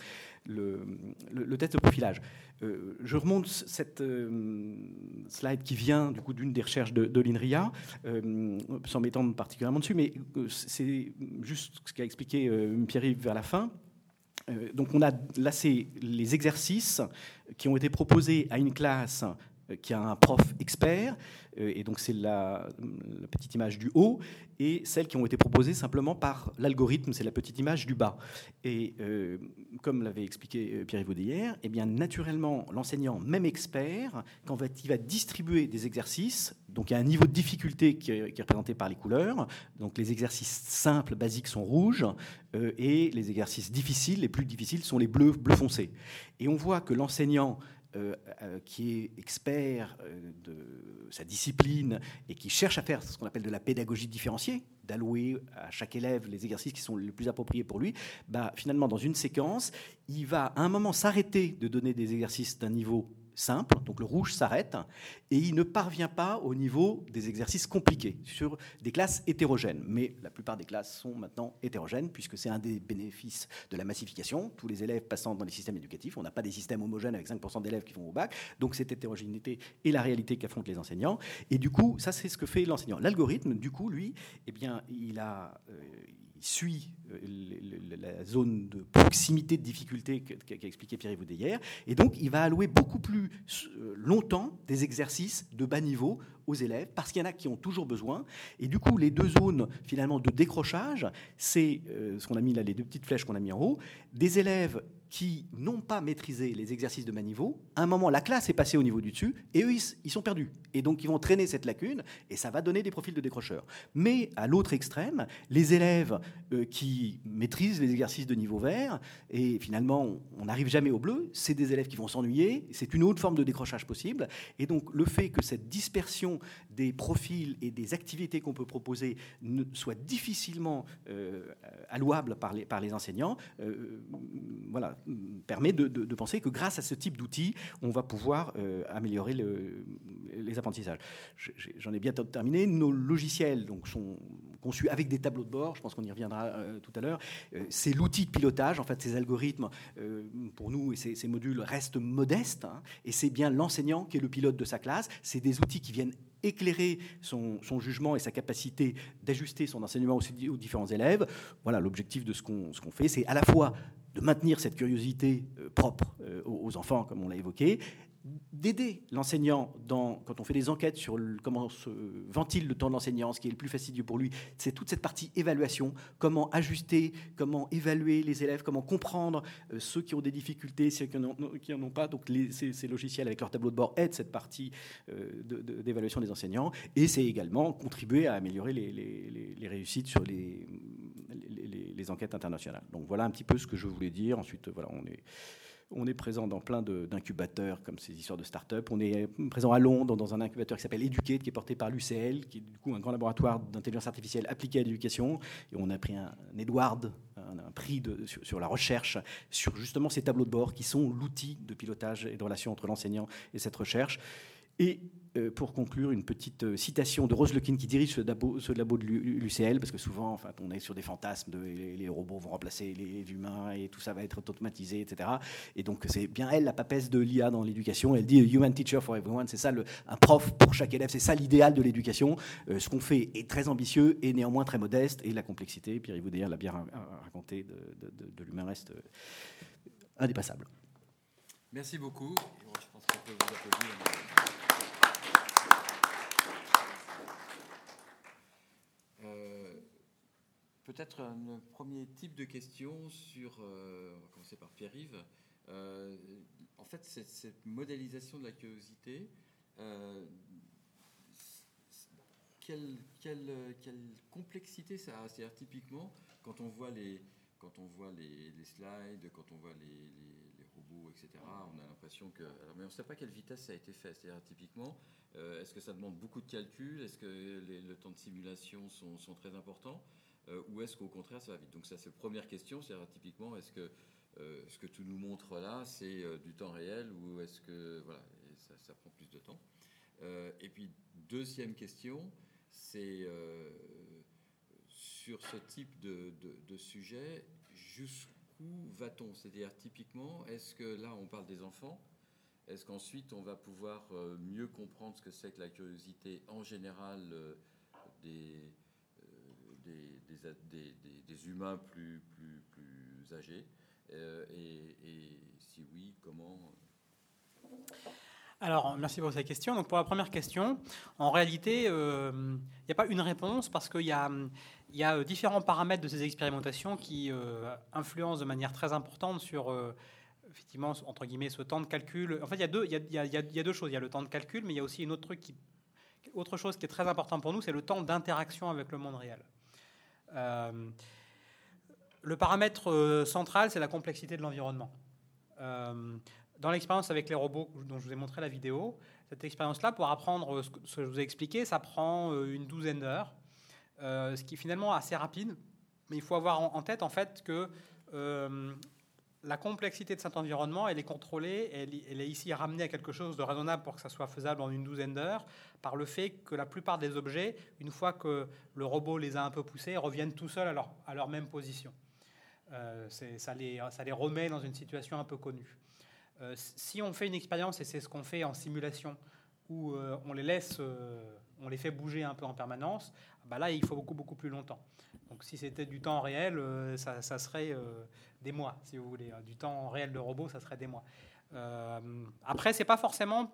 le test de profilage. Je remonte cette slide qui vient du coup d'une des recherches de l'INRIA, sans m'étendre particulièrement dessus, mais c'est juste ce qu'a expliqué Pierre-Yves vers la fin. Donc on a là, c'est les exercices qui ont été proposés à une classe qui a un prof expert, et donc c'est la petite image du haut, et celles qui ont été proposées simplement par l'algorithme, c'est la petite image du bas. Et comme l'avait expliqué Pierre-Yves Oudéhière, eh bien naturellement, l'enseignant, même expert, quand il va distribuer des exercices, donc il y a un niveau de difficulté qui est représenté par les couleurs, donc les exercices simples, basiques sont rouges, et les exercices difficiles, les plus difficiles, sont les bleus foncés. Et on voit que l'enseignant qui est expert de sa discipline et qui cherche à faire ce qu'on appelle de la pédagogie différenciée, d'allouer à chaque élève les exercices qui sont les plus appropriés pour lui, finalement, dans une séquence, il va à un moment s'arrêter de donner des exercices d'un niveau simple, donc le rouge s'arrête, et il ne parvient pas au niveau des exercices compliqués sur des classes hétérogènes. Mais la plupart des classes sont maintenant hétérogènes, puisque c'est un des bénéfices de la massification. Tous les élèves passant dans les systèmes éducatifs, on n'a pas des systèmes homogènes avec 5% d'élèves qui vont au bac, donc cette hétérogénéité est la réalité qu'affrontent les enseignants. Et du coup, ça c'est ce que fait l'enseignant. L'algorithme, du coup, lui, il suit la zone de proximité de difficulté qu'a expliqué Pierre-Yves Oudéhière, et donc il va allouer beaucoup plus longtemps des exercices de bas niveau aux élèves, parce qu'il y en a qui ont toujours besoin. Et du coup, les deux zones finalement de décrochage, c'est ce qu'on a mis là, les deux petites flèches qu'on a mis en haut, des élèves qui n'ont pas maîtrisé les exercices de bas niveau. À un moment, la classe est passée au niveau du dessus, et eux, ils sont perdus. Et donc, ils vont traîner cette lacune, et ça va donner des profils de décrocheurs. Mais à l'autre extrême, les élèves qui maîtrisent les exercices de niveau vert, et finalement, on n'arrive jamais au bleu, c'est des élèves qui vont s'ennuyer, c'est une autre forme de décrochage possible. Et donc, le fait que cette dispersion des profils et des activités qu'on peut proposer soit difficilement allouable par les enseignants, voilà, permet de penser que grâce à ce type d'outils, on va pouvoir améliorer les apprentissages. J'en ai bientôt terminé. Nos logiciels donc, sont conçus avec des tableaux de bord, je pense qu'on y reviendra tout à l'heure. C'est l'outil de pilotage, en fait, ces algorithmes, pour nous, et ces modules restent modestes, hein, et c'est bien l'enseignant qui est le pilote de sa classe. C'est des outils qui viennent éclairer son jugement et sa capacité d'ajuster son enseignement aux différents élèves. Voilà, l'objectif de ce qu'on fait, c'est à la fois de maintenir cette curiosité propre aux enfants, comme on l'a évoqué, d'aider l'enseignant quand on fait des enquêtes sur comment se ventile le temps de l'enseignant, ce qui est le plus fastidieux pour lui, c'est toute cette partie évaluation, comment ajuster, comment évaluer les élèves, comment comprendre ceux qui ont des difficultés, ceux qui n'en ont pas. Donc ces logiciels avec leur tableau de bord aident cette partie d'évaluation des enseignants, et c'est également contribuer à améliorer les réussites sur les les enquêtes internationales. Donc voilà un petit peu ce que je voulais dire. Ensuite, voilà, on est présent dans plein d'incubateurs, comme ces histoires de start-up. On est présent à Londres, dans un incubateur qui s'appelle Educate, qui est porté par l'UCL, qui est du coup un grand laboratoire d'intelligence artificielle appliquée à l'éducation. Et on a pris un Edward, un prix sur la recherche, sur justement ces tableaux de bord qui sont l'outil de pilotage et de relation entre l'enseignant et cette recherche. Et pour conclure, une petite citation de Rose Lekin qui dirige ce labo de l'UCL, parce que souvent, enfin, on est sur des fantasmes de les robots vont remplacer les humains et tout ça va être automatisé, etc. Et donc c'est bien elle, la papesse de l'IA dans l'éducation. Elle dit human teacher for everyone, c'est ça, un prof pour chaque élève, c'est ça l'idéal de l'éducation. Ce qu'on fait est très ambitieux et néanmoins très modeste, et la complexité, Pierre-Yves Oudéa l'a bien raconté, de l'humain reste indépassable. Merci beaucoup. Je pense qu'on peut vous applaudir. Peut-être un premier type de question sur, on va commencer par Pierre-Yves. En fait, cette modélisation de la curiosité, quelle complexité ça a? C'est-à-dire typiquement, quand on voit les slides, quand on voit les robots, etc., on a l'impression que... Alors, mais on ne sait pas quelle vitesse ça a été fait. C'est-à-dire typiquement, est-ce que ça demande beaucoup de calculs? Est-ce que le temps de simulation sont très importants? Ou est-ce qu'au contraire ça va vite? Donc ça, c'est la première question, c'est typiquement, est-ce que ce que tu nous montres là, c'est du temps réel, ou est-ce que voilà, ça prend plus de temps? Et puis deuxième question, c'est sur ce type de sujet, jusqu'où va-t-on? C'est-à-dire typiquement, est-ce que là on parle des enfants? Est-ce qu'ensuite on va pouvoir mieux comprendre ce que c'est que la curiosité en général des humains plus âgés, et si oui, comment? Alors, merci pour cette question. Donc, pour la première question, en réalité, il n'y a pas une réponse parce qu'il y a différents paramètres de ces expérimentations qui influencent de manière très importante sur, effectivement, entre guillemets, ce temps de calcul. En fait, il y a deux choses. Il y a le temps de calcul, mais il y a aussi autre chose qui est très important pour nous, c'est le temps d'interaction avec le monde réel. Le paramètre central, c'est la complexité de l'environnement. Dans l'expérience avec les robots dont je vous ai montré la vidéo, cette expérience-là, pour apprendre ce que je vous ai expliqué, ça prend une 12aine d'heures, ce qui est finalement assez rapide. Mais il faut avoir en tête, en fait, que la complexité de cet environnement, elle est contrôlée, elle est ici ramenée à quelque chose de raisonnable pour que ça soit faisable en une 12aine d'heures, par le fait que la plupart des objets, une fois que le robot les a un peu poussés, reviennent tout seuls à leur même position. Ça les remet dans une situation un peu connue. Si on fait une expérience, et c'est ce qu'on fait en simulation, où on les fait bouger un peu en permanence, bah là, il faut beaucoup plus longtemps. Donc si c'était du temps réel, ça serait des mois, si vous voulez. Du temps réel de robot, ça serait des mois. Après, c'est pas forcément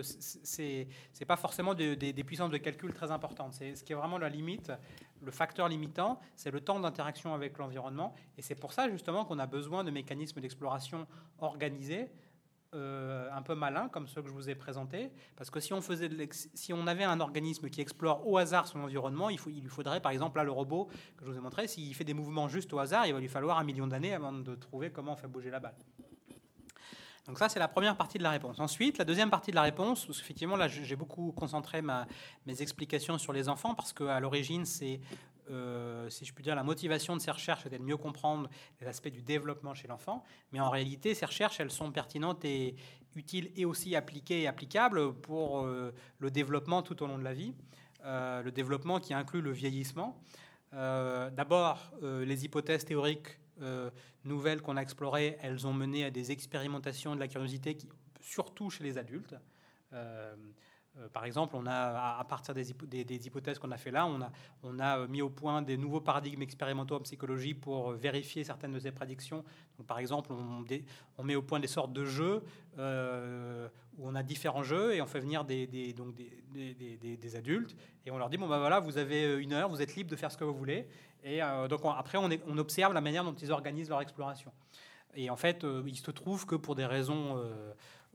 des puissances de calcul très importantes. C'est ce qui est vraiment la limite, le facteur limitant, c'est le temps d'interaction avec l'environnement. Et c'est pour ça justement qu'on a besoin de mécanismes d'exploration organisés, un peu malins, comme ceux que je vous ai présentés. Parce que si on avait un organisme qui explore au hasard son environnement, il lui faudrait, par exemple, là, le robot que je vous ai montré, s'il fait des mouvements juste au hasard, il va lui falloir 1 million d'années avant de trouver comment on fait bouger la balle. Donc ça, c'est la première partie de la réponse. Ensuite, la deuxième partie de la réponse, parce qu'effectivement, là, j'ai beaucoup concentré mes explications sur les enfants, parce qu'à l'origine, c'est, si je puis dire, la motivation de ces recherches était de mieux comprendre les aspects du développement chez l'enfant. Mais en réalité, ces recherches, elles sont pertinentes et utiles, et aussi appliquées et applicables pour le développement tout au long de la vie. Le développement qui inclut le vieillissement. D'abord, les hypothèses théoriques nouvelles qu'on a explorées, elles ont mené à des expérimentations de la curiosité, surtout chez les adultes. Par exemple, on a, à partir des hypothèses qu'on a fait là, on a mis au point des nouveaux paradigmes expérimentaux en psychologie pour vérifier certaines de ces prédictions. Donc, par exemple, on met au point des sortes de jeux où on a différents jeux et on fait venir des adultes et on leur dit, bon ben voilà, vous avez 1 heure, vous êtes libre de faire ce que vous voulez. Et donc après, on observe la manière dont ils organisent leur exploration. Et en fait, il se trouve que pour des raisons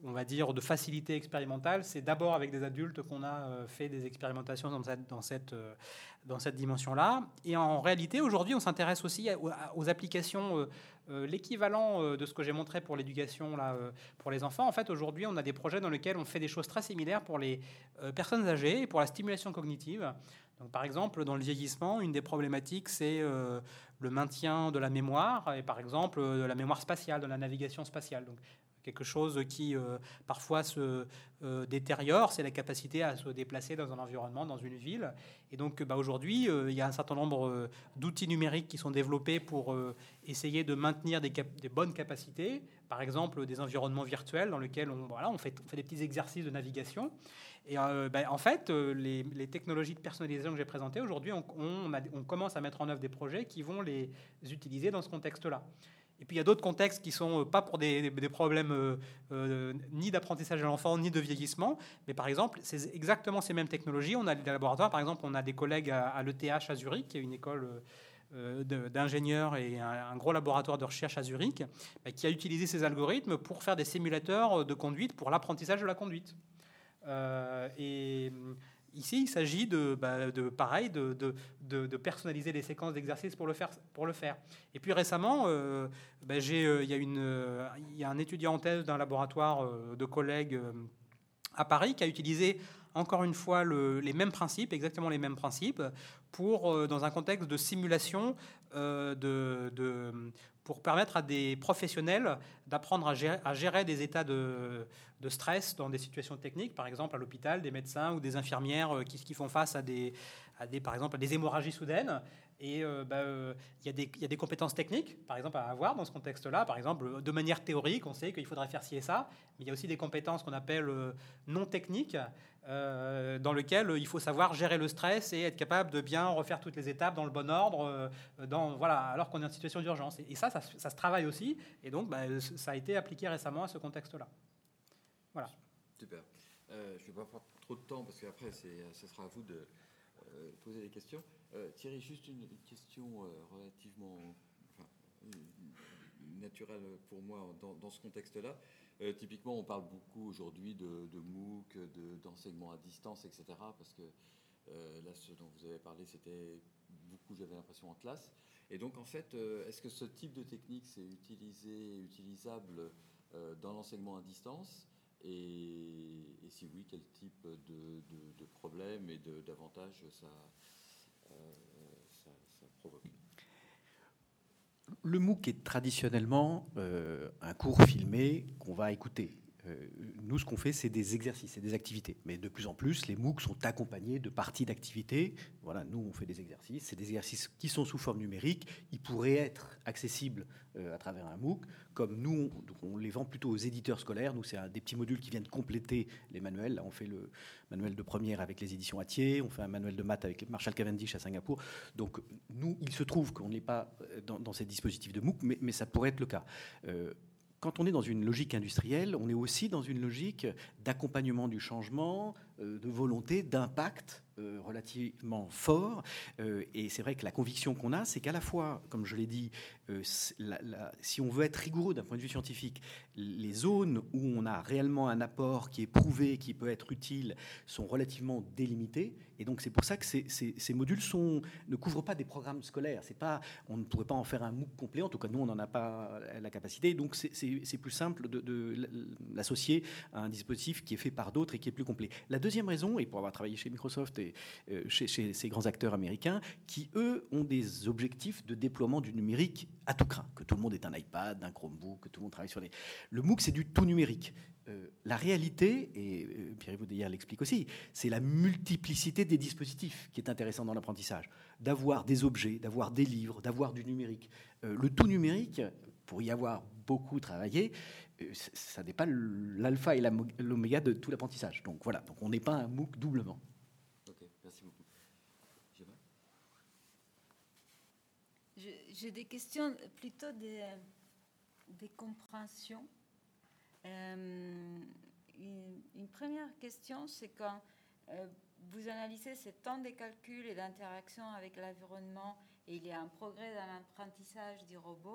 on va dire, de facilité expérimentale, c'est d'abord avec des adultes qu'on a fait des expérimentations dans cette dimension-là. Et en réalité, aujourd'hui, on s'intéresse aussi aux applications, l'équivalent de ce que j'ai montré pour l'éducation là, pour les enfants. En fait, aujourd'hui, on a des projets dans lesquels on fait des choses très similaires pour les personnes âgées et pour la stimulation cognitive. Donc, par exemple, dans le vieillissement, une des problématiques, c'est le maintien de la mémoire, et par exemple, de la mémoire spatiale, de la navigation spatiale. Donc, quelque chose qui parfois se détériore, c'est la capacité à se déplacer dans un environnement, dans une ville. Et donc aujourd'hui, il y a un certain nombre d'outils numériques qui sont développés pour essayer de maintenir des bonnes capacités. Par exemple, des environnements virtuels dans lesquels on fait des petits exercices de navigation. Et en fait, les technologies de personnalisation que j'ai présentées, aujourd'hui, on commence à mettre en œuvre des projets qui vont les utiliser dans ce contexte-là. Et puis il y a d'autres contextes qui ne sont pas pour des problèmes ni d'apprentissage de l'enfant, ni de vieillissement. Mais par exemple, c'est exactement ces mêmes technologies. On a des laboratoires, par exemple, on a des collègues à l'ETH à Zurich, qui est une école d'ingénieurs et un gros laboratoire de recherche à Zurich, qui a utilisé ces algorithmes pour faire des simulateurs de conduite pour l'apprentissage de la conduite. Et ici, il s'agit de personnaliser les séquences d'exercices pour le faire. Et puis récemment, il y a un étudiant en thèse d'un laboratoire de collègues à Paris qui a utilisé encore une fois les mêmes principes, exactement les mêmes principes, dans un contexte de simulation pour permettre à des professionnels d'apprendre à gérer des états de stress dans des situations techniques, par exemple à l'hôpital, des médecins ou des infirmières qui font face par exemple, à des hémorragies soudaines. Et il y a des compétences techniques, par exemple, à avoir dans ce contexte-là. Par exemple, de manière théorique, on sait qu'il faudrait faire ci et ça, mais il y a aussi des compétences qu'on appelle non techniques, dans lesquelles il faut savoir gérer le stress et être capable de bien refaire toutes les étapes dans le bon ordre, alors qu'on est en situation d'urgence. Et ça se travaille aussi, et donc ça a été appliqué récemment à ce contexte-là. Voilà. Super. Je ne vais pas prendre trop de temps, parce qu'après, ce sera à vous de poser des questions. Thierry, juste une question relativement naturelle pour moi dans ce contexte-là. Typiquement, on parle beaucoup aujourd'hui de MOOC, d'enseignement à distance, etc. Parce que là, ce dont vous avez parlé, c'était beaucoup, j'avais l'impression, en classe. Et donc, en fait, est-ce que ce type de technique, c'est utilisable dans l'enseignement à distance ? Et si oui, quel type de problèmes et d'avantages ça provoque ? Le MOOC est traditionnellement un cours filmé qu'on va écouter. Nous, ce qu'on fait, c'est des exercices, c'est des activités. Mais de plus en plus, les MOOC sont accompagnés de parties d'activités. Voilà, nous, on fait des exercices. C'est des exercices qui sont sous forme numérique. Ils pourraient être accessibles à travers un MOOC. Comme nous, on les vend plutôt aux éditeurs scolaires. Nous, c'est des petits modules qui viennent compléter les manuels. Là, on fait le manuel de première avec les éditions Hatier. On fait un manuel de maths avec Marshall Cavendish à Singapour. Donc, nous, il se trouve qu'on n'est pas dans ces dispositifs de MOOC, mais ça pourrait être le cas. Quand on est dans une logique industrielle, on est aussi dans une logique d'accompagnement du changement, de volonté, d'impact relativement fort. Et c'est vrai que la conviction qu'on a, c'est qu'à la fois, comme je l'ai dit, si on veut être rigoureux d'un point de vue scientifique, les zones où on a réellement un apport qui est prouvé, qui peut être utile, sont relativement délimitées. Et donc c'est pour ça que ces modules ne couvrent pas des programmes scolaires. On ne pourrait pas en faire un MOOC complet. En tout cas, nous, on n'en a pas la capacité. Donc c'est plus simple de l'associer à un dispositif qui est fait par d'autres et qui est plus complet. La deuxième raison, et pour avoir travaillé chez Microsoft et chez ces grands acteurs américains, qui, eux, ont des objectifs de déploiement du numérique à tout crin. Que tout le monde ait un iPad, un Chromebook, que tout le monde travaille sur les... Le MOOC, c'est du tout numérique. La réalité, et Pierre-Yves Oudéhier l'explique aussi, c'est la multiplicité des dispositifs qui est intéressant dans l'apprentissage. D'avoir des objets, d'avoir des livres, d'avoir du numérique. Le tout numérique, pour y avoir beaucoup travaillé, ça n'est pas l'alpha et l'oméga de tout l'apprentissage. Donc voilà, on n'est pas un MOOC doublement. Ok, merci beaucoup. Gemma ? J'ai des questions, plutôt des compréhensions. Une première question, c'est quand vous analysez ces temps de calcul et d'interaction avec l'environnement et il y a un progrès dans l'apprentissage du robot,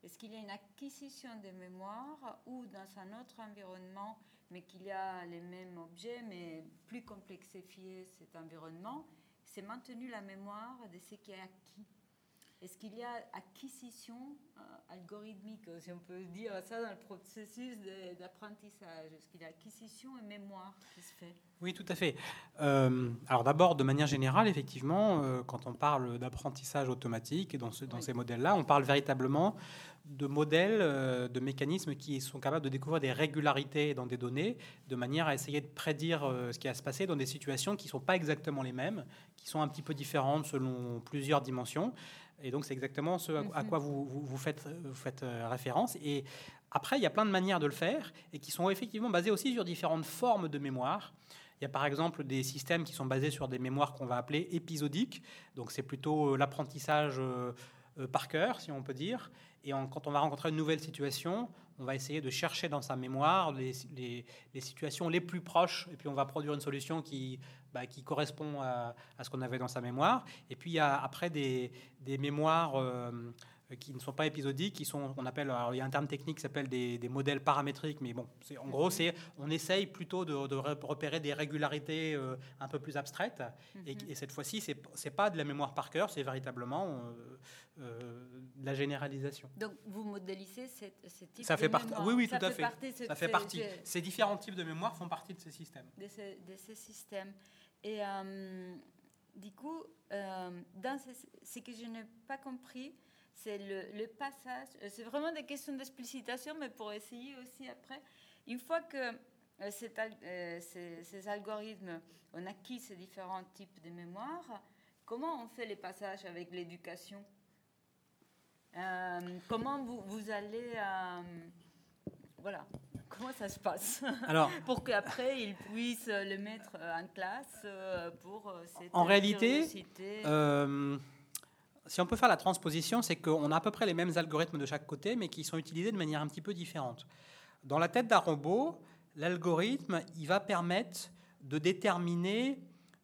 est-ce qu'il y a une acquisition de mémoire ou dans un autre environnement, mais qu'il y a les mêmes objets, mais plus complexifié cet environnement, c'est maintenu la mémoire de ce qui est acquis? Est-ce qu'il y a acquisition algorithmique, si on peut dire ça, dans le processus d'apprentissage? Est-ce qu'il y a acquisition et mémoire qui se fait? Oui, tout à fait. Alors d'abord, de manière générale, effectivement, quand on parle d'apprentissage automatique, dans ces modèles-là, on parle véritablement de modèles, de mécanismes qui sont capables de découvrir des régularités dans des données, de manière à essayer de prédire ce qui va se passer dans des situations qui ne sont pas exactement les mêmes, qui sont un petit peu différentes selon plusieurs dimensions. Et donc, c'est exactement ce à quoi vous faites référence. Et après, il y a plein de manières de le faire et qui sont effectivement basées aussi sur différentes formes de mémoire. Il y a par exemple des systèmes qui sont basés sur des mémoires qu'on va appeler épisodiques. Donc, c'est plutôt l'apprentissage par cœur, si on peut dire. Et quand on va rencontrer une nouvelle situation, on va essayer de chercher dans sa mémoire les situations les plus proches. Et puis, on va produire une solution qui correspond à ce qu'on avait dans sa mémoire. Et puis, il y a après des mémoires qui ne sont pas épisodiques, qui sont, on appelle, alors il y a un terme technique qui s'appelle des modèles paramétriques, mais bon, en gros, on essaye plutôt de repérer des régularités un peu plus abstraites. Et cette fois-ci, c'est pas de la mémoire par cœur, c'est véritablement de la généralisation. Donc, vous modélisez ce type ça fait de mémoire. Oui, tout à fait. Ça fait partie. Ces différents types de mémoire font partie de ces systèmes. De ces systèmes. Et du coup, dans ce que je n'ai pas compris, c'est le passage. C'est vraiment des questions d'explicitation, mais pour essayer aussi après. Une fois que ces algorithmes ont acquis ces différents types de mémoire, comment on fait les passages avec l'éducation? Comment vous allez... voilà. Comment ça se passe? Alors, pour qu'après, ils puissent le mettre en classe pour cette en réalité, si on peut faire la transposition, c'est qu'on a à peu près les mêmes algorithmes de chaque côté, mais qui sont utilisés de manière un petit peu différente. Dans la tête d'un robot, l'algorithme, il va permettre de déterminer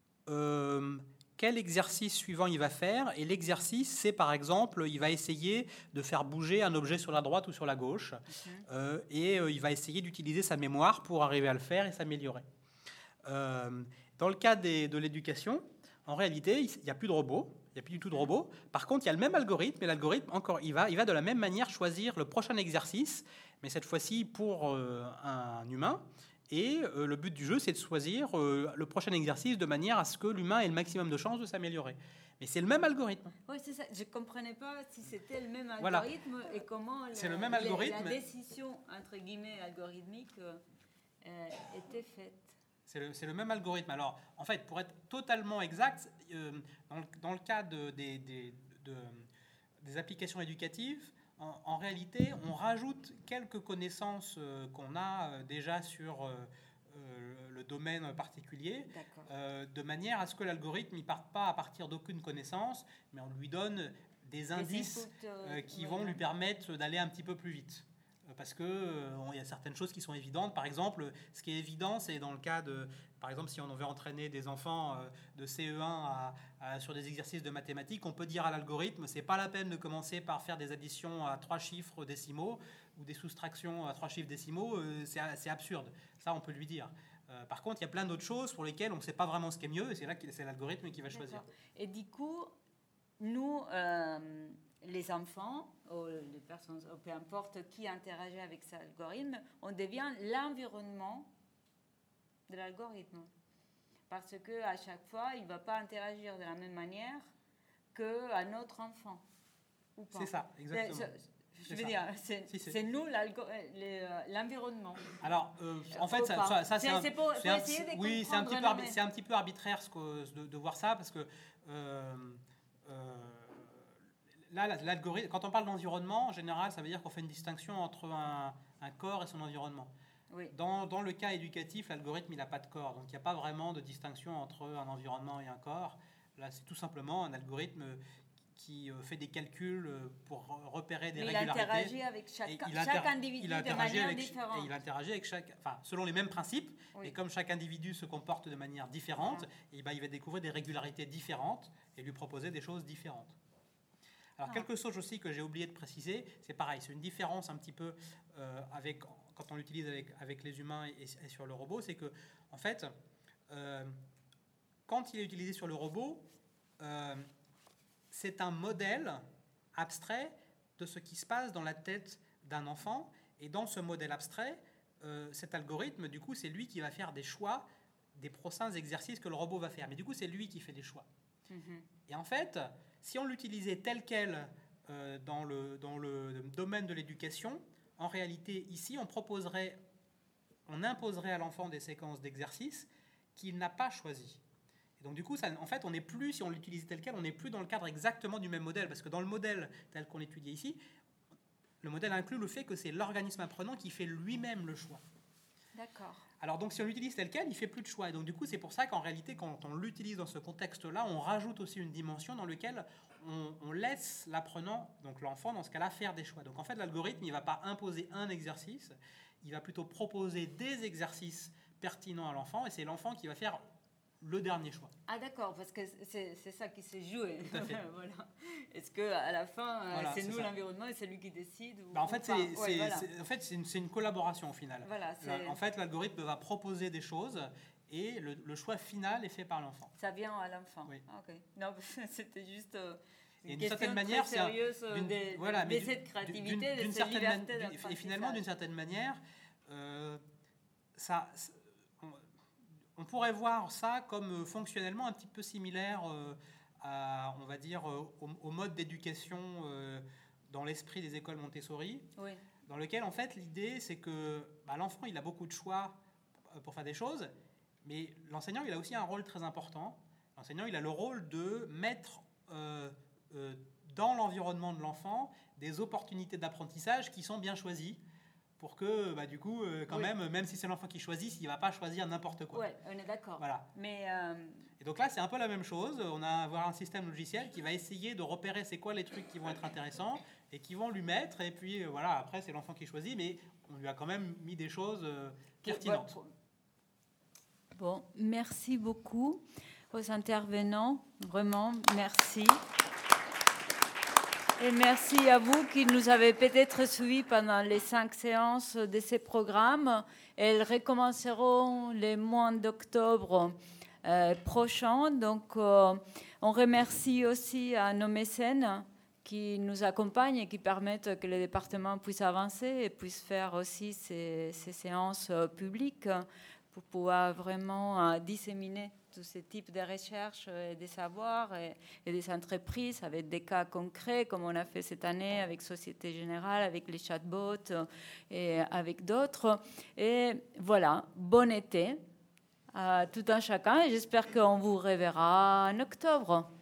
quel exercice suivant il va faire. Et l'exercice, c'est par exemple, il va essayer de faire bouger un objet sur la droite ou sur la gauche. Et il va essayer d'utiliser sa mémoire pour arriver à le faire et s'améliorer. Dans le cas de l'éducation, en réalité, il n'y a plus de robots. Il n'y a plus du tout de robots. Par contre, il y a le même algorithme. Et l'algorithme, encore, il va de la même manière choisir le prochain exercice, mais cette fois-ci pour un humain. Et le but du jeu, c'est de choisir le prochain exercice de manière à ce que l'humain ait le maximum de chances de s'améliorer. Mais c'est le même algorithme. Oui, c'est ça. Je ne comprenais pas si c'était le même algorithme, voilà. Et comment c'est le même algorithme. La décision, entre guillemets, algorithmique était faite. C'est le même algorithme. Alors, en fait, pour être totalement exact, dans le cas des applications éducatives, en réalité, on rajoute quelques connaissances qu'on a déjà sur le domaine particulier, de manière à ce que l'algorithme ne parte pas à partir d'aucune connaissance, mais on lui donne des indices qui vont lui permettre d'aller un petit peu plus vite. Parce qu'il y a certaines choses qui sont évidentes. Par exemple, ce qui est évident, c'est dans le cas de... Par exemple, si on veut entraîner des enfants de CE1 sur des exercices de mathématiques, on peut dire à l'algorithme, c'est pas la peine de commencer par faire des additions à 3 chiffres décimaux ou des soustractions à 3 chiffres décimaux, c'est absurde. Ça, on peut lui dire. Par contre, il y a plein d'autres choses pour lesquelles on ne sait pas vraiment ce qui est mieux, et c'est là que c'est l'algorithme qui va choisir. Et du coup, nous... les enfants, ou les personnes, peu importe qui interagit avec cet algorithme, on devient l'environnement de l'algorithme. Parce qu'à chaque fois, il ne va pas interagir de la même manière qu'un autre enfant. Ou pas. C'est ça, exactement. Je veux dire, c'est nous l'environnement. Alors, en fait, ça c'est un petit peu arbitraire de voir ça, parce que... là, l'algorithme, quand on parle d'environnement, en général, ça veut dire qu'on fait une distinction entre un corps et son environnement. Oui. Dans le cas éducatif, l'algorithme, il n'a pas de corps. Donc, il n'y a pas vraiment de distinction entre un environnement et un corps. Là, c'est tout simplement un algorithme qui fait des calculs pour repérer des régularités. Il interagit avec chaque individu de manière différente. Et il interagit avec selon les mêmes principes. Oui. Et comme chaque individu se comporte de manière différente, il va découvrir des régularités différentes et lui proposer des choses différentes. Alors, quelque chose aussi que j'ai oublié de préciser, c'est pareil, c'est une différence un petit peu quand on l'utilise avec les humains et sur le robot, c'est que, en fait, quand il est utilisé sur le robot, c'est un modèle abstrait de ce qui se passe dans la tête d'un enfant. Et dans ce modèle abstrait, cet algorithme, du coup, c'est lui qui va faire des choix des prochains exercices que le robot va faire. Mais du coup, c'est lui qui fait les choix. Et en fait, si on l'utilisait tel quel dans le domaine de l'éducation, en réalité, ici, on imposerait à l'enfant des séquences d'exercices qu'il n'a pas choisies. Et donc, du coup, en fait, on n'est plus, si on l'utilise tel quel, on n'est plus dans le cadre exactement du même modèle. Parce que dans le modèle tel qu'on étudie ici, le modèle inclut le fait que c'est l'organisme apprenant qui fait lui-même le choix. D'accord. Alors, donc, si on l'utilise tel quel, il ne fait plus de choix. Et donc, du coup, c'est pour ça qu'en réalité, quand on l'utilise dans ce contexte-là, on rajoute aussi une dimension dans laquelle on laisse l'apprenant, donc l'enfant, dans ce cas-là, faire des choix. Donc, en fait, l'algorithme, il ne va pas imposer un exercice, il va plutôt proposer des exercices pertinents à l'enfant, et c'est l'enfant qui va faire le dernier choix. Ah d'accord, parce que c'est ça qui s'est joué. Tout à fait. Voilà. Est-ce qu'à la fin, voilà, c'est nous ça. l'environnement et c'est lui qui décide ou en fait, pas. c'est une collaboration au final. Voilà, en fait, l'algorithme va proposer des choses et le choix final est fait par l'enfant. Ça vient à l'enfant. Oui. Ok. Non, c'était juste et une d'une certaine manière, très sérieuse de cette créativité, de cette liberté d'apprentissage. Et finalement, d'une certaine manière, on pourrait voir ça comme fonctionnellement un petit peu similaire on va dire, au mode d'éducation dans l'esprit des écoles Montessori, oui. Dans lequel, en fait, l'idée, c'est que l'enfant, il a beaucoup de choix pour faire des choses, mais l'enseignant, il a aussi un rôle très important. L'enseignant, il a le rôle de mettre dans l'environnement de l'enfant des opportunités d'apprentissage qui sont bien choisies, pour que, du coup, quand même si c'est l'enfant qui choisit, il ne va pas choisir n'importe quoi. Oui, on est d'accord. Voilà. Mais, et donc là, c'est un peu la même chose. On va avoir un système logiciel qui va essayer de repérer c'est quoi les trucs qui vont être intéressants et qui vont lui mettre. Et puis, voilà, après, c'est l'enfant qui choisit, mais on lui a quand même mis des choses pertinentes. Bon, merci beaucoup aux intervenants. Vraiment, merci. Et merci à vous qui nous avez peut-être suivis pendant les 5 séances de ces programmes. Elles recommenceront le mois d'octobre prochain. Donc, on remercie aussi à nos mécènes qui nous accompagnent et qui permettent que le département puisse avancer et puisse faire aussi ces séances publiques pour pouvoir vraiment disséminer tous ces types de recherches et des savoirs et des entreprises avec des cas concrets comme on a fait cette année avec Société Générale, avec les chatbots et avec d'autres. Et voilà, bon été à tout un chacun et j'espère qu'on vous reverra en octobre.